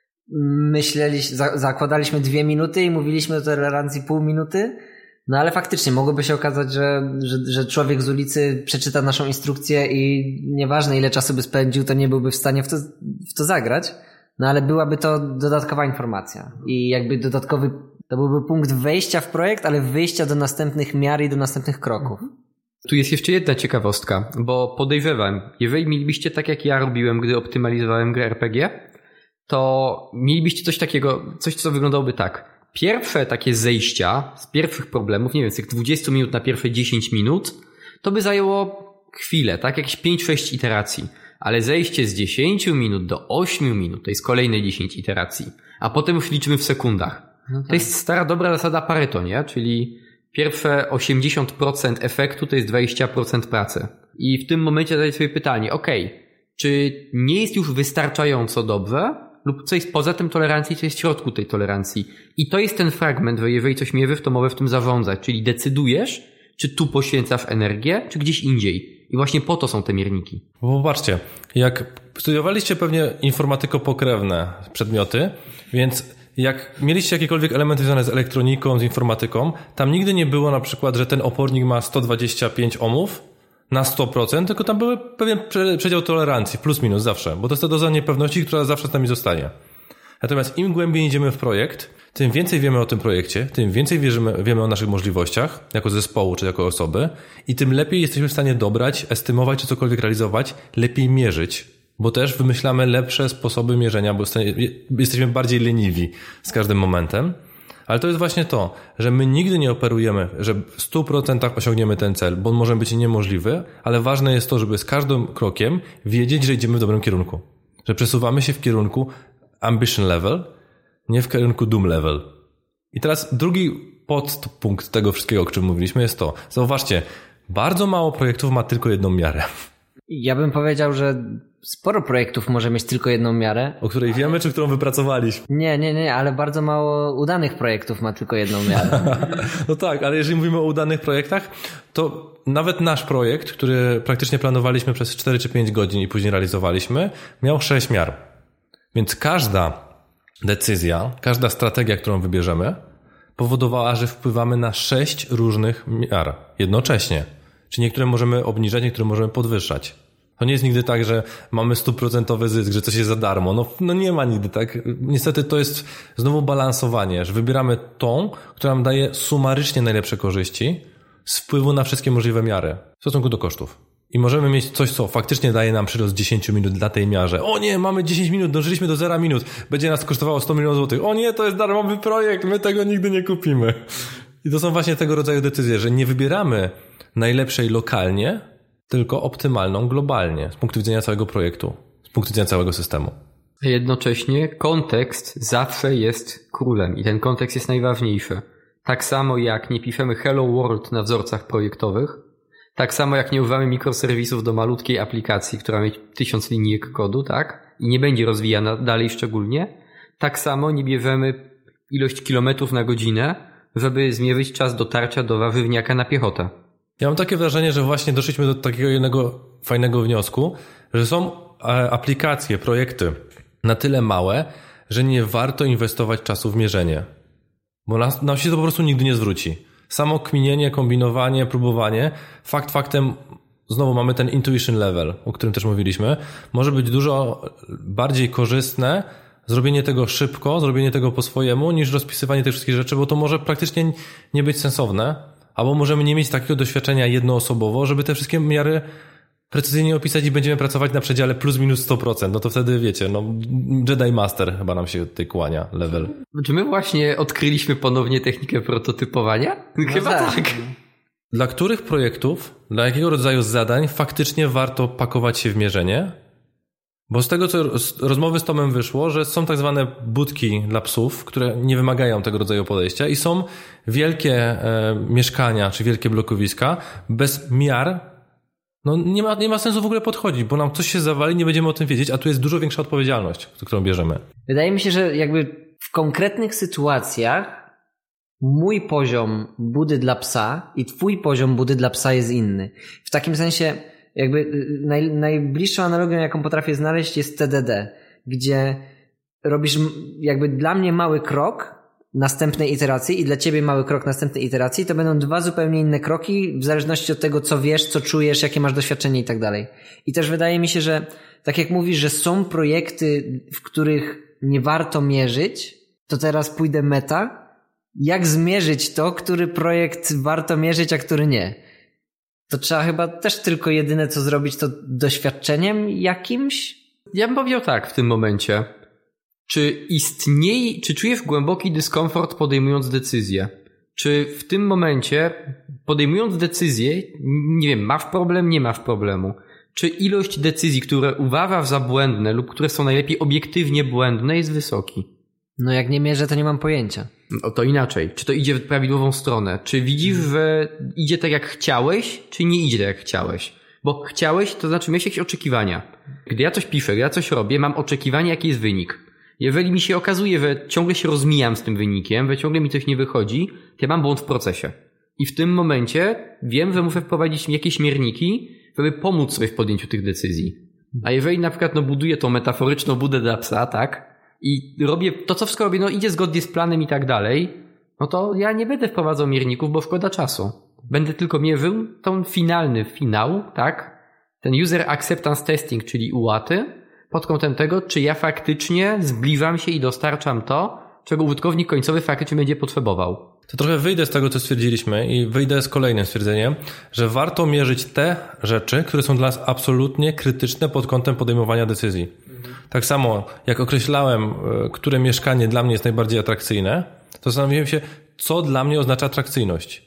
myśleliśmy, za, zakładaliśmy dwie minuty i mówiliśmy o tolerancji pół minuty, no ale faktycznie mogłoby się okazać, że, że, że człowiek z ulicy przeczyta naszą instrukcję i nieważne ile czasu by spędził, to nie byłby w stanie w to, w to zagrać. No ale byłaby to dodatkowa informacja i jakby dodatkowy, to byłby punkt wejścia w projekt, ale wyjścia do następnych miar i do następnych kroków. Tu jest jeszcze jedna ciekawostka, bo podejrzewam, jeżeli mielibyście tak jak ja robiłem, gdy optymalizowałem grę er pe gie, to mielibyście coś takiego, coś co wyglądałoby tak. Pierwsze takie zejścia z pierwszych problemów, nie wiem, z tych dwudziestu minut na pierwsze dziesięć minut, to by zajęło chwilę, tak? Jakieś pięć sześć iteracji. Ale zejście z dziesięciu minut do ośmiu minut to jest kolejne dziesięć iteracji. A potem już liczymy w sekundach. No tak. To jest stara dobra zasada Pareto, nie? Czyli pierwsze osiemdziesiąt procent efektu to jest dwadzieścia procent pracy. I w tym momencie zadaję sobie pytanie, okej, okay, czy nie jest już wystarczająco dobrze, lub co jest poza tym tolerancji, co jest w środku tej tolerancji. I to jest ten fragment, że jeżeli coś mierzysz, to mogę w tym zarządzać, czyli decydujesz, czy tu poświęcasz energię, czy gdzieś indziej. I właśnie po to są te mierniki. Bo popatrzcie, jak studiowaliście pewnie informatyko-pokrewne przedmioty, więc jak mieliście jakiekolwiek elementy związane z elektroniką, z informatyką, tam nigdy nie było na przykład, że ten opornik ma sto dwadzieścia pięć ohmów na sto procent, tylko tam był pewien przedział tolerancji, plus minus zawsze, bo to jest ta doza niepewności, która zawsze z nami zostanie. Natomiast im głębiej idziemy w projekt, tym więcej wiemy o tym projekcie, tym więcej wierzymy, wiemy o naszych możliwościach, jako zespołu czy jako osoby, i tym lepiej jesteśmy w stanie dobrać, estymować czy cokolwiek realizować, lepiej mierzyć, bo też wymyślamy lepsze sposoby mierzenia, bo jesteśmy bardziej leniwi z każdym momentem. Ale to jest właśnie to, że my nigdy nie operujemy, że w stu procentach osiągniemy ten cel, bo on może być niemożliwy, ale ważne jest to, żeby z każdym krokiem wiedzieć, że idziemy w dobrym kierunku. Że przesuwamy się w kierunku ambition level, nie w kierunku doom level. I teraz drugi podpunkt tego wszystkiego, o czym mówiliśmy, jest to. Zauważcie, bardzo mało projektów ma tylko jedną miarę. Ja bym powiedział, że sporo projektów może mieć tylko jedną miarę. O której ale... wiemy, czy którą wypracowaliśmy. Nie, nie, nie, ale bardzo mało udanych projektów ma tylko jedną miarę. No tak, ale jeżeli mówimy o udanych projektach, to nawet nasz projekt, który praktycznie planowaliśmy przez cztery czy pięć godzin i później realizowaliśmy, miał sześć miar. Więc każda decyzja, każda strategia, którą wybierzemy, powodowała, że wpływamy na sześć różnych miar jednocześnie. Czy niektóre możemy obniżać, niektóre możemy podwyższać. To nie jest nigdy tak, że mamy stuprocentowy zysk, że coś jest za darmo. No, no nie ma nigdy tak. Niestety to jest znowu balansowanie, że wybieramy tą, która nam daje sumarycznie najlepsze korzyści z wpływu na wszystkie możliwe miary w stosunku do kosztów. I możemy mieć coś, co faktycznie daje nam przyrost dziesięć minut dla tej miarze. O nie, mamy dziesięć minut, dążyliśmy do zera minut. Będzie nas kosztowało sto milionów złotych. O nie, to jest darmowy projekt, my tego nigdy nie kupimy. I to są właśnie tego rodzaju decyzje, że nie wybieramy najlepszej lokalnie, tylko optymalną globalnie z punktu widzenia całego projektu, z punktu widzenia całego systemu. Jednocześnie kontekst zawsze jest królem i ten kontekst jest najważniejszy. Tak samo jak nie piszemy Hello World na wzorcach projektowych, tak samo jak nie używamy mikroserwisów do malutkiej aplikacji, która ma tysiąc linijek kodu, tak? I nie będzie rozwijana dalej szczególnie, tak samo nie bierzemy ilość kilometrów na godzinę, żeby zmierzyć czas dotarcia do warzywniaka na piechotę. Ja mam takie wrażenie, że właśnie doszliśmy do takiego jednego fajnego wniosku, że są aplikacje, projekty na tyle małe, że nie warto inwestować czasu w mierzenie. Bo nam, nam się to po prostu nigdy nie zwróci. Samo kminienie, kombinowanie, próbowanie, fakt faktem, znowu mamy ten intuition level, o którym też mówiliśmy, może być dużo bardziej korzystne zrobienie tego szybko, zrobienie tego po swojemu, niż rozpisywanie tych wszystkich rzeczy, bo to może praktycznie nie być sensowne. Albo możemy nie mieć takiego doświadczenia jednoosobowo, żeby te wszystkie miary precyzyjnie opisać i będziemy pracować na przedziale plus minus sto procent. No to wtedy wiecie, no Jedi Master chyba nam się tutaj kłania level. Czy my właśnie odkryliśmy ponownie technikę prototypowania? No chyba tak. tak. Dla których projektów, dla jakiego rodzaju zadań faktycznie warto pakować się w mierzenie? Bo z tego, co z rozmowy z Tomem wyszło, że są tak zwane budki dla psów, które nie wymagają tego rodzaju podejścia i są wielkie e, mieszkania czy wielkie blokowiska bez miar. No nie ma, nie ma sensu w ogóle podchodzić, bo nam coś się zawali, nie będziemy o tym wiedzieć, a tu jest dużo większa odpowiedzialność, którą bierzemy. Wydaje mi się, że jakby w konkretnych sytuacjach mój poziom budy dla psa i twój poziom budy dla psa jest inny. W takim sensie jakby naj, najbliższą analogią, jaką potrafię znaleźć, jest T D D, gdzie robisz jakby dla mnie mały krok następnej iteracji i dla ciebie mały krok następnej iteracji, to będą dwa zupełnie inne kroki w zależności od tego, co wiesz, co czujesz, jakie masz doświadczenie i tak dalej. I też wydaje mi się, że tak jak mówisz, że są projekty, w których nie warto mierzyć, to teraz pójdę meta. Jak zmierzyć to, który projekt warto mierzyć, a który nie? To trzeba chyba też tylko jedyne co zrobić, to doświadczeniem jakimś? Ja bym powiedział tak w tym momencie. Czy istnieje, czy czujesz głęboki dyskomfort podejmując decyzję? Czy w tym momencie podejmując decyzję, nie wiem, masz problem, nie masz problemu? Czy ilość decyzji, które uważasz za błędne lub które są najlepiej obiektywnie błędne jest wysoki? No jak nie mierzę, to nie mam pojęcia. No to inaczej. Czy to idzie w prawidłową stronę? Czy widzisz, że idzie tak jak chciałeś, czy nie idzie tak jak chciałeś? Bo chciałeś, to znaczy miałeś jakieś oczekiwania. Gdy ja coś piszę, gdy ja coś robię, mam oczekiwanie, jaki jest wynik. Jeżeli mi się okazuje, że ciągle się rozmijam z tym wynikiem, że ciągle mi coś nie wychodzi, to ja mam błąd w procesie. I w tym momencie wiem, że muszę wprowadzić jakieś mierniki, żeby pomóc sobie w podjęciu tych decyzji. A jeżeli na przykład no, buduję tą metaforyczną budę dla psa, tak? I robię to, co wszystko robię, no idzie zgodnie z planem i tak dalej, no to ja nie będę wprowadzał mierników, bo szkoda czasu. Będę tylko mierzył tą finalny finał, tak? Ten user acceptance testing, czyli U A T, pod kątem tego, czy ja faktycznie zbliżam się i dostarczam to, czego użytkownik końcowy faktycznie będzie potrzebował. To trochę wyjdę z tego, co stwierdziliśmy i wyjdę z kolejnym stwierdzeniem, że warto mierzyć te rzeczy, które są dla nas absolutnie krytyczne pod kątem podejmowania decyzji. Mhm. Tak samo jak określałem, które mieszkanie dla mnie jest najbardziej atrakcyjne, to zastanowiłem się, co dla mnie oznacza atrakcyjność.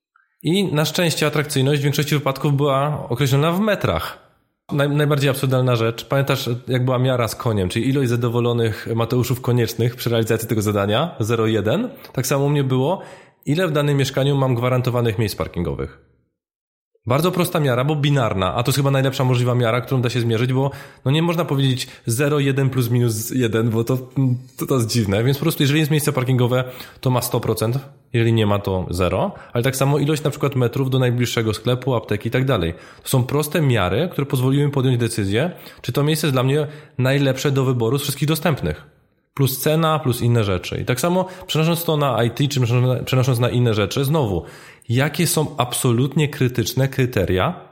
I na szczęście atrakcyjność w większości wypadków była określona w metrach. Naj, najbardziej absurdalna rzecz. Pamiętasz, jak była miara z koniem, czyli ilość zadowolonych Mateuszów koniecznych przy realizacji tego zadania, zero przecinek jeden. Tak samo u mnie było, ile w danym mieszkaniu mam gwarantowanych miejsc parkingowych. Bardzo prosta miara, bo binarna, a to jest chyba najlepsza możliwa miara, którą da się zmierzyć, bo no nie można powiedzieć zero przecinek jeden plus minus jeden, bo to, to, to jest dziwne. Więc po prostu jeżeli jest miejsce parkingowe, to ma sto procent, jeżeli nie ma, to zero, ale tak samo ilość na przykład metrów do najbliższego sklepu, apteki i tak dalej. To są proste miary, które pozwoliły mi podjąć decyzję, czy to miejsce jest dla mnie najlepsze do wyboru z wszystkich dostępnych. Plus cena, plus inne rzeczy. I tak samo przenosząc to na I T, czy przenosząc na inne rzeczy, znowu, jakie są absolutnie krytyczne kryteria,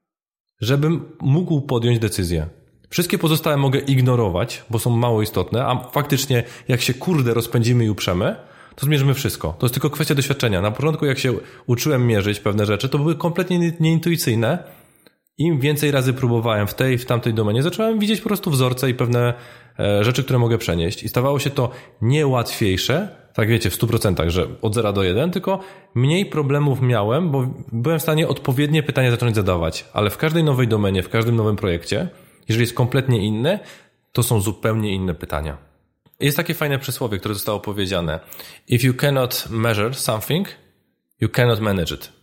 żebym mógł podjąć decyzję. Wszystkie pozostałe mogę ignorować, bo są mało istotne, a faktycznie jak się kurde rozpędzimy i uprzemy, to zmierzymy wszystko. To jest tylko kwestia doświadczenia. Na początku jak się uczyłem mierzyć pewne rzeczy, to były kompletnie nieintuicyjne. Im więcej razy próbowałem w tej, w tamtej domenie, zacząłem widzieć po prostu wzorce i pewne e, rzeczy, które mogę przenieść. I stawało się to nie łatwiejsze, tak wiecie, w stu procentach, że od zera do jeden, tylko mniej problemów miałem, bo byłem w stanie odpowiednie pytania zacząć zadawać. Ale w każdej nowej domenie, w każdym nowym projekcie, jeżeli jest kompletnie inny, to są zupełnie inne pytania. Jest takie fajne przysłowie, które zostało powiedziane. If you cannot measure something, you cannot manage it.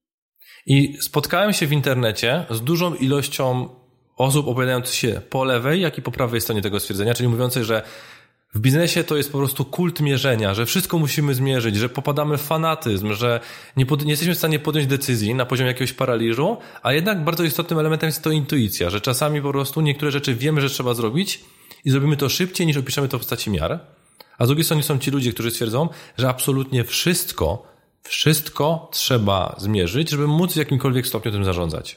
I spotkałem się w internecie z dużą ilością osób opowiadających się po lewej, jak i po prawej stronie tego stwierdzenia, czyli mówiących, że w biznesie to jest po prostu kult mierzenia, że wszystko musimy zmierzyć, że popadamy w fanatyzm, że nie, pod, nie jesteśmy w stanie podjąć decyzji na poziomie jakiegoś paraliżu, a jednak bardzo istotnym elementem jest to intuicja, że czasami po prostu niektóre rzeczy wiemy, że trzeba zrobić i zrobimy to szybciej niż opiszemy to w postaci miar. A z drugiej strony są ci ludzie, którzy stwierdzą, że absolutnie wszystko, wszystko trzeba zmierzyć, żeby móc w jakimkolwiek stopniu tym zarządzać.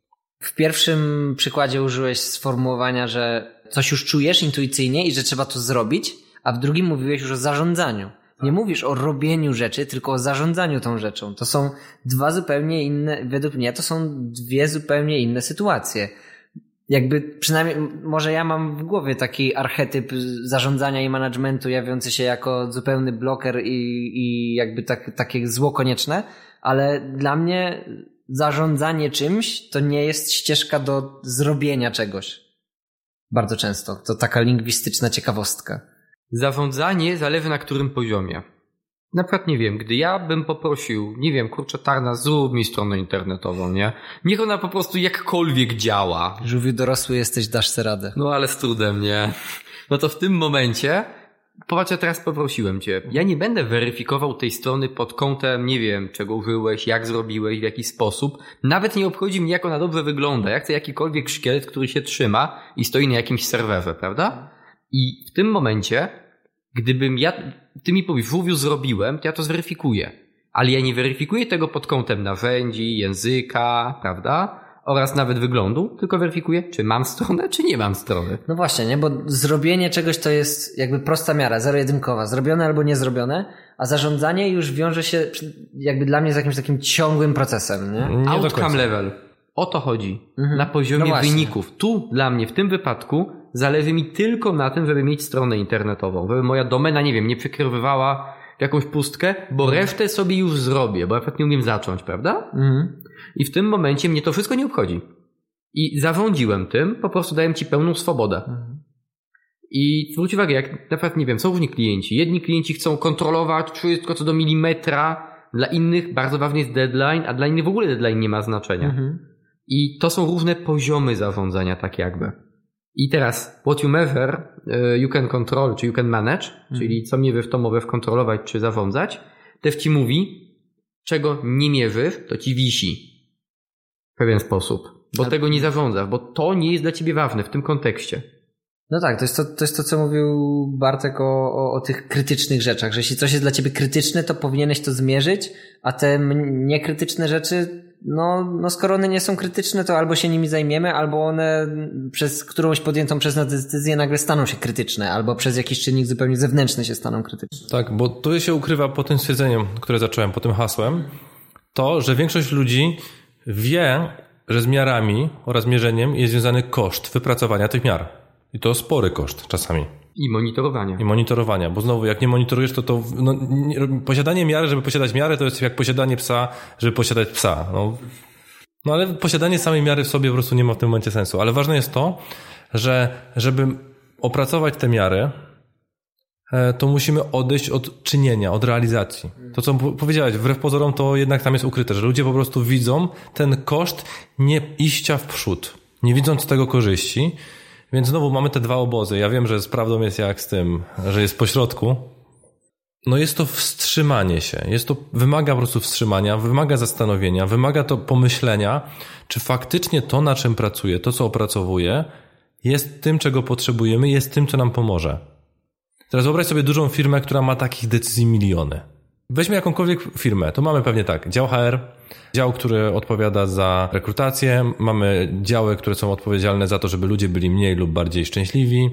W pierwszym przykładzie użyłeś sformułowania, że coś już czujesz intuicyjnie i że trzeba to zrobić, a w drugim mówiłeś już o zarządzaniu. Nie mówisz o robieniu rzeczy, tylko o zarządzaniu tą rzeczą. To są dwa zupełnie inne, według mnie to są dwie zupełnie inne sytuacje. Jakby przynajmniej, może ja mam w głowie taki archetyp zarządzania i managementu jawiący się jako zupełny bloker i, i jakby tak, takie zło konieczne, ale dla mnie zarządzanie czymś to nie jest ścieżka do zrobienia czegoś. Bardzo często. To taka lingwistyczna ciekawostka. Zarządzanie zależy na którym poziomie. Na przykład, nie wiem, gdy ja bym poprosił, nie wiem, kurczę, Tarna, zrób mi stronę internetową, nie? Niech ona po prostu jakkolwiek działa. Żółwiu dorosły jesteś, dasz se radę. No ale z trudem, nie? No to w tym momencie, popatrz, ja teraz poprosiłem cię. Ja nie będę weryfikował tej strony pod kątem, nie wiem, czego użyłeś, jak zrobiłeś, w jaki sposób. Nawet nie obchodzi mnie, jak ona dobrze wygląda. Ja chcę jakikolwiek szkielet, który się trzyma i stoi na jakimś serwerze, prawda? I w tym momencie, gdybym ja, ty mi powiesz, żółwiu zrobiłem, to ja to zweryfikuję. Ale ja nie weryfikuję tego pod kątem narzędzi, języka, prawda? Oraz nawet wyglądu, tylko weryfikuję, czy mam stronę, czy nie mam strony. No właśnie, nie? Bo zrobienie czegoś to jest jakby prosta miara, zero-jedynkowa. Zrobione albo nie zrobione, a zarządzanie już wiąże się jakby dla mnie z jakimś takim ciągłym procesem, nie? nie Outcome level. O to chodzi. Mhm. Na poziomie no wyników. Tu dla mnie w tym wypadku zależy mi tylko na tym, żeby mieć stronę internetową. Żeby moja domena, nie wiem, nie przekierowywała w jakąś pustkę, bo resztę sobie już zrobię, bo ja nie umiem zacząć, prawda? Mhm. I w tym momencie mnie to wszystko nie obchodzi. I zarządziłem tym, po prostu daję ci pełną swobodę. Mhm. I zwróć uwagę, jak na przykład, nie wiem, są różni klienci. Jedni klienci chcą kontrolować wszystko co do milimetra, dla innych bardzo ważny jest deadline, a dla innych w ogóle deadline nie ma znaczenia. Mhm. I to są różne poziomy zarządzania, tak jakby. I teraz, what you measure, you can control, czy you can manage, mm. czyli co mierzysz, to możesz kontrolować, czy zarządzać. Też ci mówi, czego nie mierzysz, to ci wisi. W pewien sposób. Bo Ale... tego nie zarządzasz, bo to nie jest dla ciebie ważne w tym kontekście. No tak, to jest to, to, jest to co mówił Bartek o, o, o tych krytycznych rzeczach, że jeśli coś jest dla ciebie krytyczne, to powinieneś to zmierzyć, a te niekrytyczne rzeczy, no, no skoro one nie są krytyczne, to albo się nimi zajmiemy, albo one przez którąś podjętą przez nas decyzję nagle staną się krytyczne, albo przez jakiś czynnik zupełnie zewnętrzny się staną krytyczne. Tak, bo tu się ukrywa po tym stwierdzeniem, które zacząłem, po tym hasłem, to, że większość ludzi wie, że z miarami oraz mierzeniem jest związany koszt wypracowania tych miar. I to spory koszt czasami. I monitorowania. I monitorowania, bo znowu jak nie monitorujesz, to to no, nie, posiadanie miary, żeby posiadać miarę, to jest jak posiadanie psa, żeby posiadać psa. No, no ale posiadanie samej miary w sobie po prostu nie ma w tym momencie sensu. Ale ważne jest to, że żeby opracować te miary, to musimy odejść od czynienia, od realizacji. To, co powiedziałeś, wbrew pozorom, to jednak tam jest ukryte, że ludzie po prostu widzą ten koszt nie iścia w przód, nie widząc tego korzyści. Więc znowu mamy te dwa obozy. Ja wiem, że z prawdą jest jak z tym, że jest pośrodku. No jest to wstrzymanie się. Jest to, wymaga po prostu wstrzymania, wymaga zastanowienia, wymaga to pomyślenia, czy faktycznie to, na czym pracuję, to, co opracowuję, jest tym, czego potrzebujemy, jest tym, co nam pomoże. Teraz wyobraź sobie dużą firmę, która ma takich decyzji miliony. Weźmy jakąkolwiek firmę, to mamy pewnie tak, dział H R, dział, który odpowiada za rekrutację, mamy działy, które są odpowiedzialne za to, żeby ludzie byli mniej lub bardziej szczęśliwi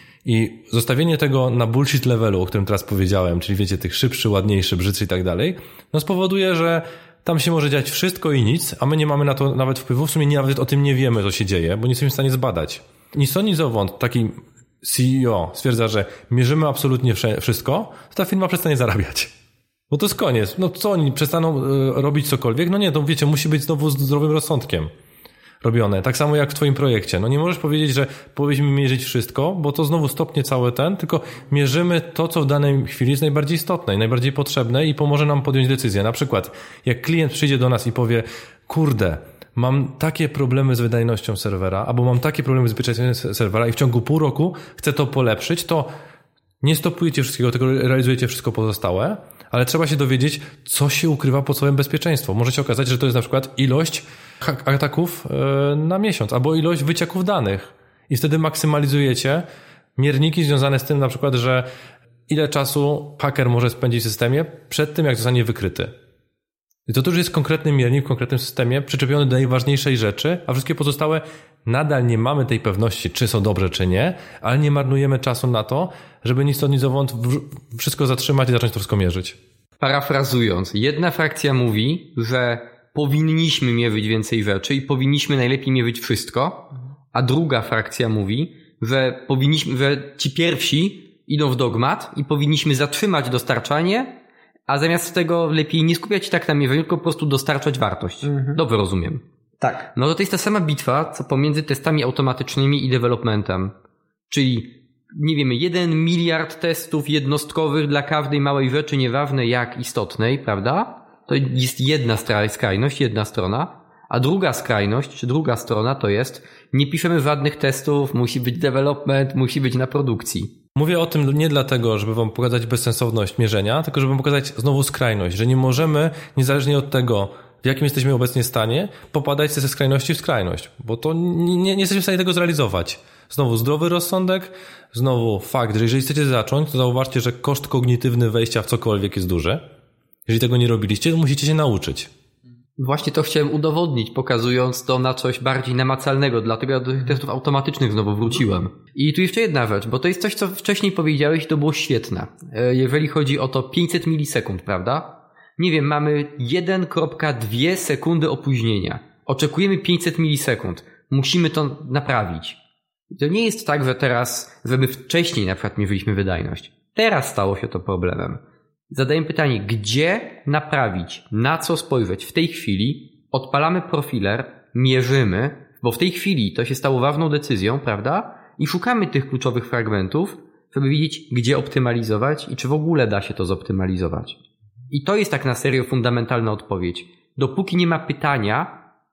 i zostawienie tego na bullshit levelu, o którym teraz powiedziałem, czyli wiecie, tych szybszy, ładniejszy, brzydszy i tak dalej, no spowoduje, że tam się może dziać wszystko i nic, a my nie mamy na to nawet wpływu, w sumie nawet o tym nie wiemy, co się dzieje, bo nie jesteśmy w stanie zbadać. Ni stąd, ni zowąd taki C E O stwierdza, że mierzymy absolutnie wszystko, to ta firma przestanie zarabiać. Bo to jest koniec. No co oni przestaną y, robić cokolwiek? No nie, to wiecie, musi być znowu z zdrowym rozsądkiem robione. Tak samo jak w twoim projekcie. No nie możesz powiedzieć, że powinniśmy mierzyć wszystko, bo to znowu stopnie cały ten, tylko mierzymy to, co w danej chwili jest najbardziej istotne i najbardziej potrzebne i pomoże nam podjąć decyzję. Na przykład, jak klient przyjdzie do nas i powie, kurde, mam takie problemy z wydajnością serwera, albo mam takie problemy z bezpieczeństwem serwera i w ciągu pół roku chcę to polepszyć, to nie stopujecie wszystkiego, tylko realizujecie wszystko pozostałe, ale trzeba się dowiedzieć, co się ukrywa pod słowem bezpieczeństwo. Może się okazać, że to jest na przykład ilość ataków na miesiąc, albo ilość wycieków danych. I wtedy maksymalizujecie mierniki związane z tym na przykład, że ile czasu haker może spędzić w systemie przed tym, jak zostanie wykryty. I to też jest konkretny miernik w konkretnym systemie, przyczepiony do najważniejszej rzeczy, a wszystkie pozostałe nadal nie mamy tej pewności, czy są dobrze, czy nie, ale nie marnujemy czasu na to, żeby ni stąd, ni zowąd wszystko zatrzymać i zacząć to wszystko mierzyć. Parafrazując, jedna frakcja mówi, że powinniśmy mierzyć więcej rzeczy i powinniśmy najlepiej mierzyć wszystko, a druga frakcja mówi, że powinniśmy, że ci pierwsi idą w dogmat i powinniśmy zatrzymać dostarczanie, a zamiast tego lepiej nie skupiać się tak na mierzeniu, tylko po prostu dostarczać wartość. Mhm. Dobrze rozumiem. Tak. No to, to jest ta sama bitwa, co pomiędzy testami automatycznymi i developmentem. Czyli, nie wiemy, jeden miliard testów jednostkowych dla każdej małej rzeczy, nieważne jak istotnej, prawda? To jest jedna skrajność, jedna strona. A druga skrajność, czy druga strona to jest, nie piszemy żadnych testów, musi być development, musi być na produkcji. Mówię o tym nie dlatego, żeby wam pokazać bezsensowność mierzenia, tylko żeby wam pokazać znowu skrajność, że nie możemy, niezależnie od tego, w jakim jesteśmy obecnie stanie, popadać ze skrajności w skrajność, bo to nie, nie jesteśmy w stanie tego zrealizować. Znowu zdrowy rozsądek, znowu fakt, że jeżeli chcecie zacząć, to zauważcie, że koszt kognitywny wejścia w cokolwiek jest duży. Jeżeli tego nie robiliście, to musicie się nauczyć. Właśnie to chciałem udowodnić, pokazując to na coś bardziej namacalnego, dlatego ja do tych testów automatycznych znowu wróciłem. I tu jeszcze jedna rzecz, bo to jest coś, co wcześniej powiedziałeś i to było świetne. Jeżeli chodzi o to pięćset milisekund, prawda? Nie wiem, mamy jeden przecinek dwa sekundy opóźnienia. Oczekujemy pięćset milisekund. Musimy to naprawić. To nie jest tak, że teraz, że my wcześniej na przykład mierzyliśmy wydajność. Teraz stało się to problemem. Zadaję pytanie, gdzie naprawić, na co spojrzeć. W tej chwili odpalamy profiler, mierzymy, bo w tej chwili to się stało ważną decyzją, prawda? I szukamy tych kluczowych fragmentów, żeby wiedzieć, gdzie optymalizować i czy w ogóle da się to zoptymalizować. I to jest tak na serio fundamentalna odpowiedź. Dopóki nie ma pytania,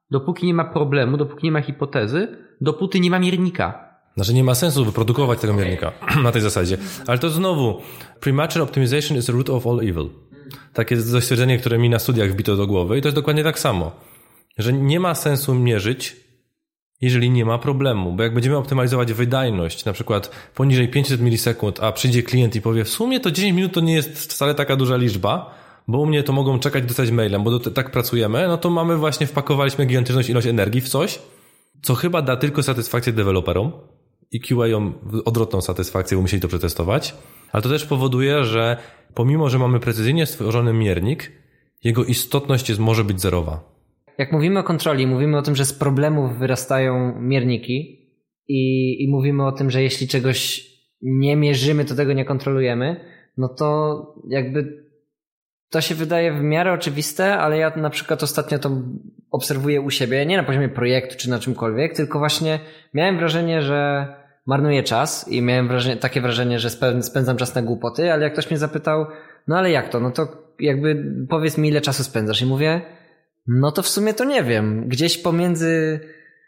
dopóki nie ma problemu, dopóki nie ma hipotezy, dopóty nie ma miernika. Znaczy nie ma sensu wyprodukować tego miernika na tej zasadzie. Ale to znowu, premature optimization is the root of all evil. Takie stwierdzenie, które mi na studiach wbito do głowy i to jest dokładnie tak samo. Że nie ma sensu mierzyć, jeżeli nie ma problemu, bo jak będziemy optymalizować wydajność, na przykład poniżej pięćset milisekund, a przyjdzie klient i powie, w sumie to dziesięć minut to nie jest wcale taka duża liczba, bo u mnie to mogą czekać, dostać mailem, bo do, tak pracujemy, no to mamy właśnie, wpakowaliśmy gigantyczną ilość energii w coś, co chyba da tylko satysfakcję deweloperom i Q A-om odwrotną satysfakcję, bo musieli to przetestować, ale to też powoduje, że pomimo, że mamy precyzyjnie stworzony miernik, jego istotność jest, może być zerowa. Jak mówimy o kontroli, mówimy o tym, że z problemów wyrastają mierniki i, i mówimy o tym, że jeśli czegoś nie mierzymy, to tego nie kontrolujemy, no to jakby to się wydaje w miarę oczywiste, ale ja na przykład ostatnio to obserwuję u siebie, nie na poziomie projektu czy na czymkolwiek, tylko właśnie miałem wrażenie, że marnuję czas i miałem wrażenie, takie wrażenie, że spędzam czas na głupoty, ale jak ktoś mnie zapytał, no ale jak to, no to jakby powiedz mi, ile czasu spędzasz i mówię, no to w sumie to nie wiem. Gdzieś pomiędzy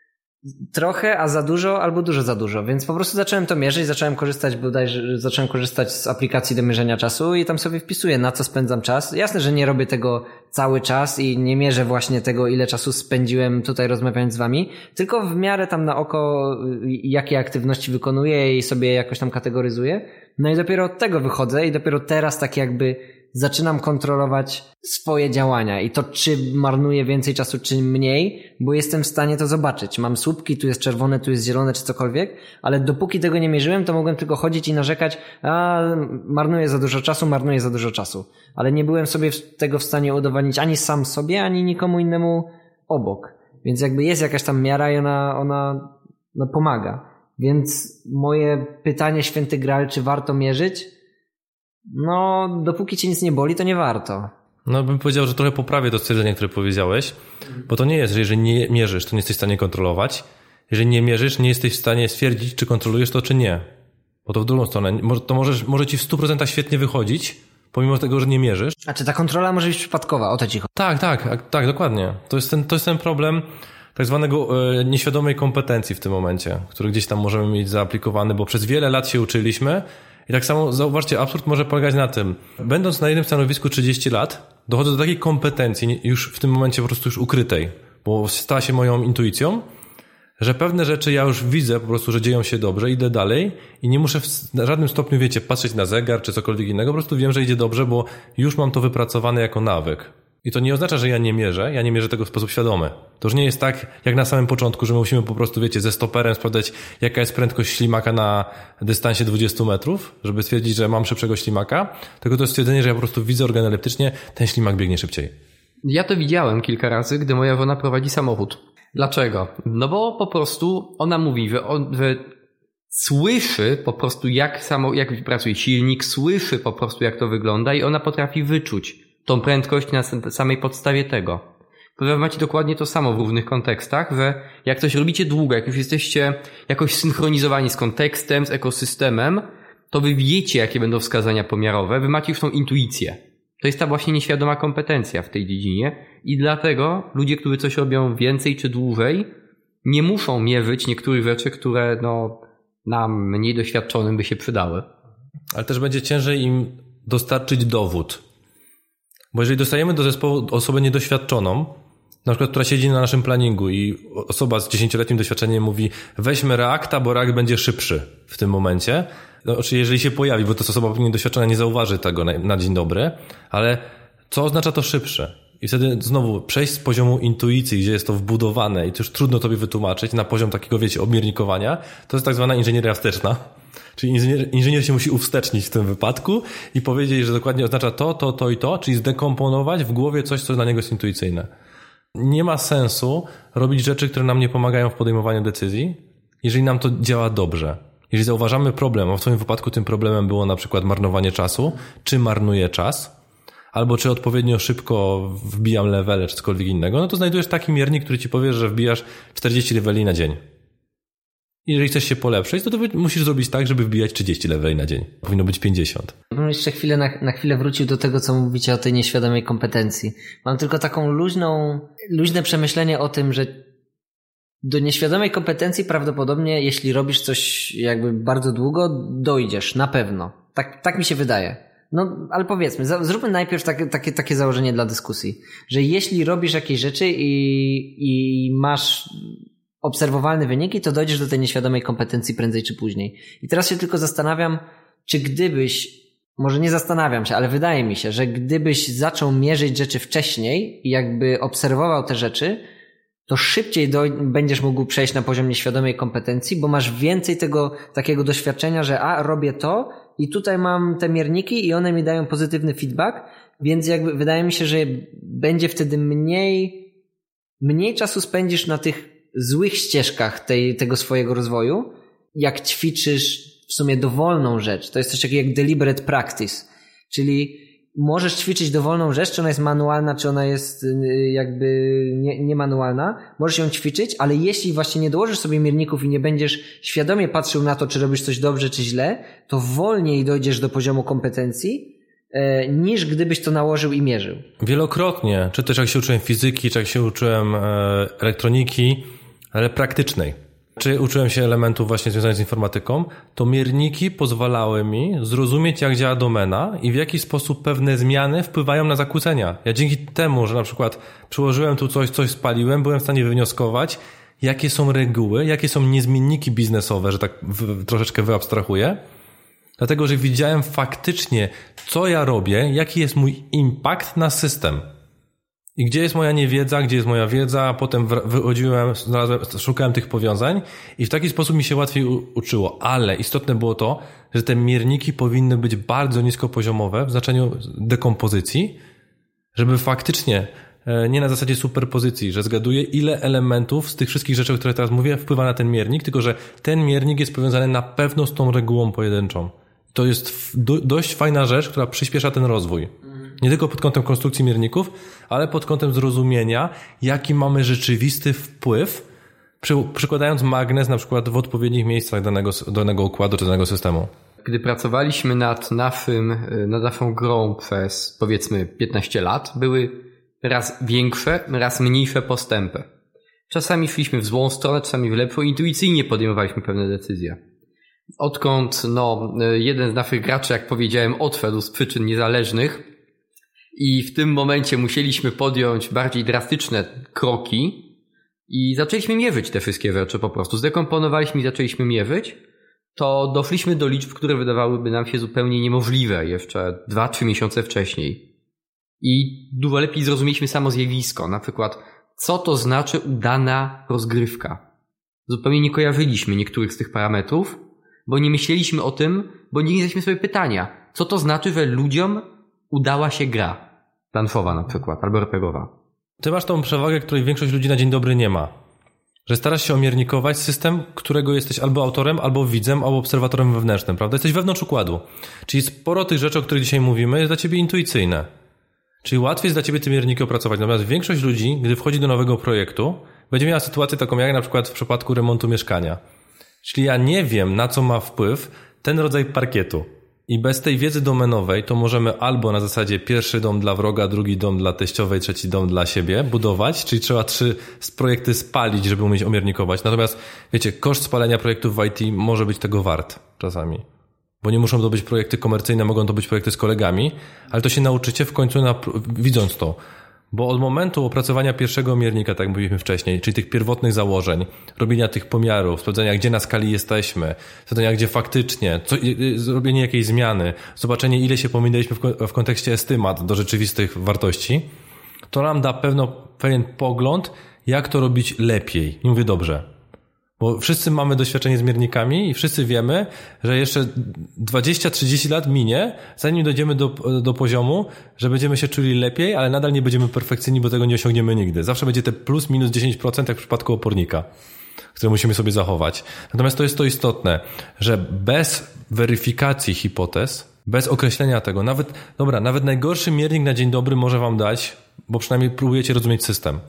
trochę, a za dużo, albo dużo za dużo. Więc po prostu zacząłem to mierzyć, zacząłem korzystać, bodajże zacząłem korzystać z aplikacji do mierzenia czasu i tam sobie wpisuję, na co spędzam czas. Jasne, że nie robię tego cały czas i nie mierzę właśnie tego, ile czasu spędziłem tutaj rozmawiając z wami, tylko w miarę tam na oko, jakie aktywności wykonuję i sobie jakoś tam kategoryzuję. No i dopiero od tego wychodzę i dopiero teraz tak jakby zaczynam kontrolować swoje działania i to, czy marnuję więcej czasu, czy mniej, bo jestem w stanie to zobaczyć. Mam słupki, tu jest czerwone, tu jest zielone, czy cokolwiek, ale dopóki tego nie mierzyłem, to mogłem tylko chodzić i narzekać, a marnuję za dużo czasu, marnuję za dużo czasu. Ale nie byłem sobie tego w stanie udowodnić ani sam sobie, ani nikomu innemu obok. Więc jakby jest jakaś tam miara i ona, ona no, pomaga. Więc moje pytanie, święty Graal, czy warto mierzyć? No, dopóki cię nic nie boli, to nie warto. No, bym powiedział, że trochę poprawię to stwierdzenie, które powiedziałeś, bo to nie jest, że jeżeli nie mierzysz, to nie jesteś w stanie kontrolować. Jeżeli nie mierzysz, nie jesteś w stanie stwierdzić, czy kontrolujesz to, czy nie. Bo to w drugą stronę. To możesz, może ci w stu procentach świetnie wychodzić, pomimo tego, że nie mierzysz. A czy ta kontrola może być przypadkowa? O to ci chodzi. Tak, tak, tak, dokładnie. To jest ten, to jest ten problem tak zwanego e, nieświadomej kompetencji w tym momencie, który gdzieś tam możemy mieć zaaplikowany, bo przez wiele lat się uczyliśmy. I tak samo zauważcie, absurd może polegać na tym, będąc na jednym stanowisku trzydzieści lat, dochodzę do takiej kompetencji już w tym momencie po prostu już ukrytej, bo stała się moją intuicją, że pewne rzeczy ja już widzę po prostu, że dzieją się dobrze, idę dalej i nie muszę w żadnym stopniu, wiecie, patrzeć na zegar czy cokolwiek innego, po prostu wiem, że idzie dobrze, bo już mam to wypracowane jako nawyk. I to nie oznacza, że ja nie mierzę, ja nie mierzę tego w sposób świadomy. To już nie jest tak, jak na samym początku, że my musimy po prostu, wiecie, ze stoperem sprawdzać, jaka jest prędkość ślimaka na dystansie dwudziestu metrów, żeby stwierdzić, że mam szybszego ślimaka, tylko to jest stwierdzenie, że ja po prostu widzę organoleptycznie, ten ślimak biegnie szybciej. Ja to widziałem kilka razy, gdy moja żona prowadzi samochód. Dlaczego? No bo po prostu ona mówi, że, on, że słyszy po prostu jak, samo, jak pracuje silnik, słyszy po prostu jak to wygląda i ona potrafi wyczuć tą prędkość na samej podstawie tego. Wy macie dokładnie to samo w różnych kontekstach, że jak coś robicie długo, jak już jesteście jakoś synchronizowani z kontekstem, z ekosystemem, to wy wiecie, jakie będą wskazania pomiarowe, wy macie już tą intuicję. To jest ta właśnie nieświadoma kompetencja w tej dziedzinie i dlatego ludzie, którzy coś robią więcej czy dłużej, nie muszą mierzyć niektórych rzeczy, które no, nam mniej doświadczonym by się przydały. Ale też będzie ciężej im dostarczyć dowód. Bo jeżeli dostajemy do zespołu osobę niedoświadczoną, na przykład, która siedzi na naszym planningu i osoba z dziesięcioletnim doświadczeniem mówi, weźmy Reacta, bo React będzie szybszy w tym momencie. No, czyli jeżeli się pojawi, bo to osoba niedoświadczona nie zauważy tego na, na dzień dobry, ale co oznacza to szybsze? I wtedy znowu przejść z poziomu intuicji, gdzie jest to wbudowane i to już trudno tobie wytłumaczyć, na poziom takiego, wiecie, obmiernikowania, to jest tak zwana inżynieria wsteczna. Czyli inżynier, inżynier się musi uwstecznić w tym wypadku i powiedzieć, że dokładnie oznacza to, to, to i to, czyli zdekomponować w głowie coś, co dla niego jest intuicyjne. Nie ma sensu robić rzeczy, które nam nie pomagają w podejmowaniu decyzji, jeżeli nam to działa dobrze. Jeżeli zauważamy problem, a w twoim wypadku tym problemem było na przykład marnowanie czasu, czy marnuję czas, albo czy odpowiednio szybko wbijam levele, czy cokolwiek innego, no to znajdujesz taki miernik, który ci powie, że wbijasz czterdzieści leveli na dzień. Jeżeli chcesz się polepszyć, to, to musisz zrobić tak, żeby wbijać trzydzieści leveli na dzień. Powinno być pięćdziesiąt. Bym jeszcze chwilę na, na chwilę wrócił do tego, co mówicie o tej nieświadomej kompetencji. Mam tylko taką luźną, luźne przemyślenie o tym, że do nieświadomej kompetencji prawdopodobnie, jeśli robisz coś jakby bardzo długo, dojdziesz, na pewno. Tak, tak mi się wydaje. No, ale powiedzmy, za, zróbmy najpierw takie, takie, takie założenie dla dyskusji, że jeśli robisz jakieś rzeczy i, i masz obserwowalne wyniki, to dojdziesz do tej nieświadomej kompetencji prędzej czy później. I teraz się tylko zastanawiam, czy gdybyś, może nie zastanawiam się, ale wydaje mi się, że gdybyś zaczął mierzyć rzeczy wcześniej i jakby obserwował te rzeczy, to szybciej do, będziesz mógł przejść na poziom nieświadomej kompetencji, bo masz więcej tego takiego doświadczenia, że a, robię to i tutaj mam te mierniki i one mi dają pozytywny feedback, więc jakby wydaje mi się, że będzie wtedy mniej, mniej czasu spędzisz na tych złych ścieżkach tej, tego swojego rozwoju, jak ćwiczysz w sumie dowolną rzecz. To jest coś takiego jak deliberate practice, czyli możesz ćwiczyć dowolną rzecz, czy ona jest manualna, czy ona jest jakby nie, niemanualna. Możesz ją ćwiczyć, ale jeśli właśnie nie dołożysz sobie mierników i nie będziesz świadomie patrzył na to, czy robisz coś dobrze, czy źle, to wolniej dojdziesz do poziomu kompetencji, e, niż gdybyś to nałożył i mierzył. Wielokrotnie, czy też jak się uczyłem fizyki, czy jak się uczyłem e, elektroniki, ale praktycznej. Czy uczyłem się elementów właśnie związanych z informatyką, to mierniki pozwalały mi zrozumieć, jak działa domena i w jaki sposób pewne zmiany wpływają na zakłócenia. Ja dzięki temu, że na przykład przyłożyłem tu coś, coś spaliłem, byłem w stanie wywnioskować, jakie są reguły, jakie są niezmienniki biznesowe, że tak w, troszeczkę wyabstrahuję. Dlatego, że widziałem faktycznie, co ja robię, jaki jest mój impact na system. I gdzie jest moja niewiedza, gdzie jest moja wiedza, a potem wychodziłem, znalazłem, szukałem tych powiązań i w taki sposób mi się łatwiej u- uczyło. Ale istotne było to, że te mierniki powinny być bardzo niskopoziomowe w znaczeniu dekompozycji, żeby faktycznie nie na zasadzie superpozycji, że zgaduję, ile elementów z tych wszystkich rzeczy, o których teraz mówię, wpływa na ten miernik, tylko że ten miernik jest powiązany na pewno z tą regułą pojedynczą. To jest do, dość fajna rzecz, która przyspiesza ten rozwój. Nie tylko pod kątem konstrukcji mierników, ale pod kątem zrozumienia, jaki mamy rzeczywisty wpływ, przy, przykładając magnes na przykład w odpowiednich miejscach danego, danego układu czy danego systemu. Gdy pracowaliśmy nad naszym, nad naszą grą przez powiedzmy piętnaście lat, były raz większe, raz mniejsze postępy. Czasami szliśmy w złą stronę, czasami w lepszą, intuicyjnie podejmowaliśmy pewne decyzje. Odkąd no, jeden z naszych graczy, jak powiedziałem, odszedł z przyczyn niezależnych i w tym momencie musieliśmy podjąć bardziej drastyczne kroki i zaczęliśmy mierzyć te wszystkie rzeczy po prostu. Zdekomponowaliśmy i zaczęliśmy mierzyć, to doszliśmy do liczb, które wydawałyby nam się zupełnie niemożliwe jeszcze dwa trzy miesiące wcześniej. I dużo lepiej zrozumieliśmy samo zjawisko, na przykład co to znaczy udana rozgrywka. Zupełnie nie kojarzyliśmy niektórych z tych parametrów, bo nie myśleliśmy o tym, bo nie zadaliśmy sobie pytania, co to znaczy, że ludziom udała się gra planszowa na przykład, albo er pe gie owa. Ty masz tą przewagę, której większość ludzi na dzień dobry nie ma. Że starasz się omiernikować system, którego jesteś albo autorem, albo widzem, albo obserwatorem wewnętrznym, prawda? Jesteś wewnątrz układu. Czyli sporo tych rzeczy, o których dzisiaj mówimy, jest dla ciebie intuicyjne. Czyli łatwiej jest dla ciebie te mierniki opracować. Natomiast większość ludzi, gdy wchodzi do nowego projektu, będzie miała sytuację taką jak na przykład w przypadku remontu mieszkania. Czyli ja nie wiem, na co ma wpływ ten rodzaj parkietu. I bez tej wiedzy domenowej to możemy albo na zasadzie pierwszy dom dla wroga, drugi dom dla teściowej, trzeci dom dla siebie budować, czyli trzeba trzy projekty spalić, żeby umieć omiernikować. Natomiast wiecie, koszt spalenia projektów w I T może być tego wart czasami. Bo nie muszą to być projekty komercyjne, mogą to być projekty z kolegami, ale to się nauczycie w końcu na, widząc to. Bo od momentu opracowania pierwszego miernika, tak jak mówiliśmy wcześniej, czyli tych pierwotnych założeń, robienia tych pomiarów, sprawdzenia, gdzie na skali jesteśmy, sprawdzenia, gdzie faktycznie, co, zrobienie jakiejś zmiany, zobaczenie, ile się pominęliśmy w, w kontekście estymat do rzeczywistych wartości, to nam da pewno, pewien pogląd, jak to robić lepiej. Nie mówię dobrze. Bo wszyscy mamy doświadczenie z miernikami i wszyscy wiemy, że jeszcze dwadzieścia trzydzieści lat minie, zanim dojdziemy do, do poziomu, że będziemy się czuli lepiej, ale nadal nie będziemy perfekcyjni, bo tego nie osiągniemy nigdy. Zawsze będzie te plus minus dziesięć procent jak w przypadku opornika, które musimy sobie zachować. Natomiast to jest to istotne, że bez weryfikacji hipotez, bez określenia tego, nawet, dobra, nawet najgorszy miernik na dzień dobry może wam dać, bo przynajmniej próbujecie rozumieć system.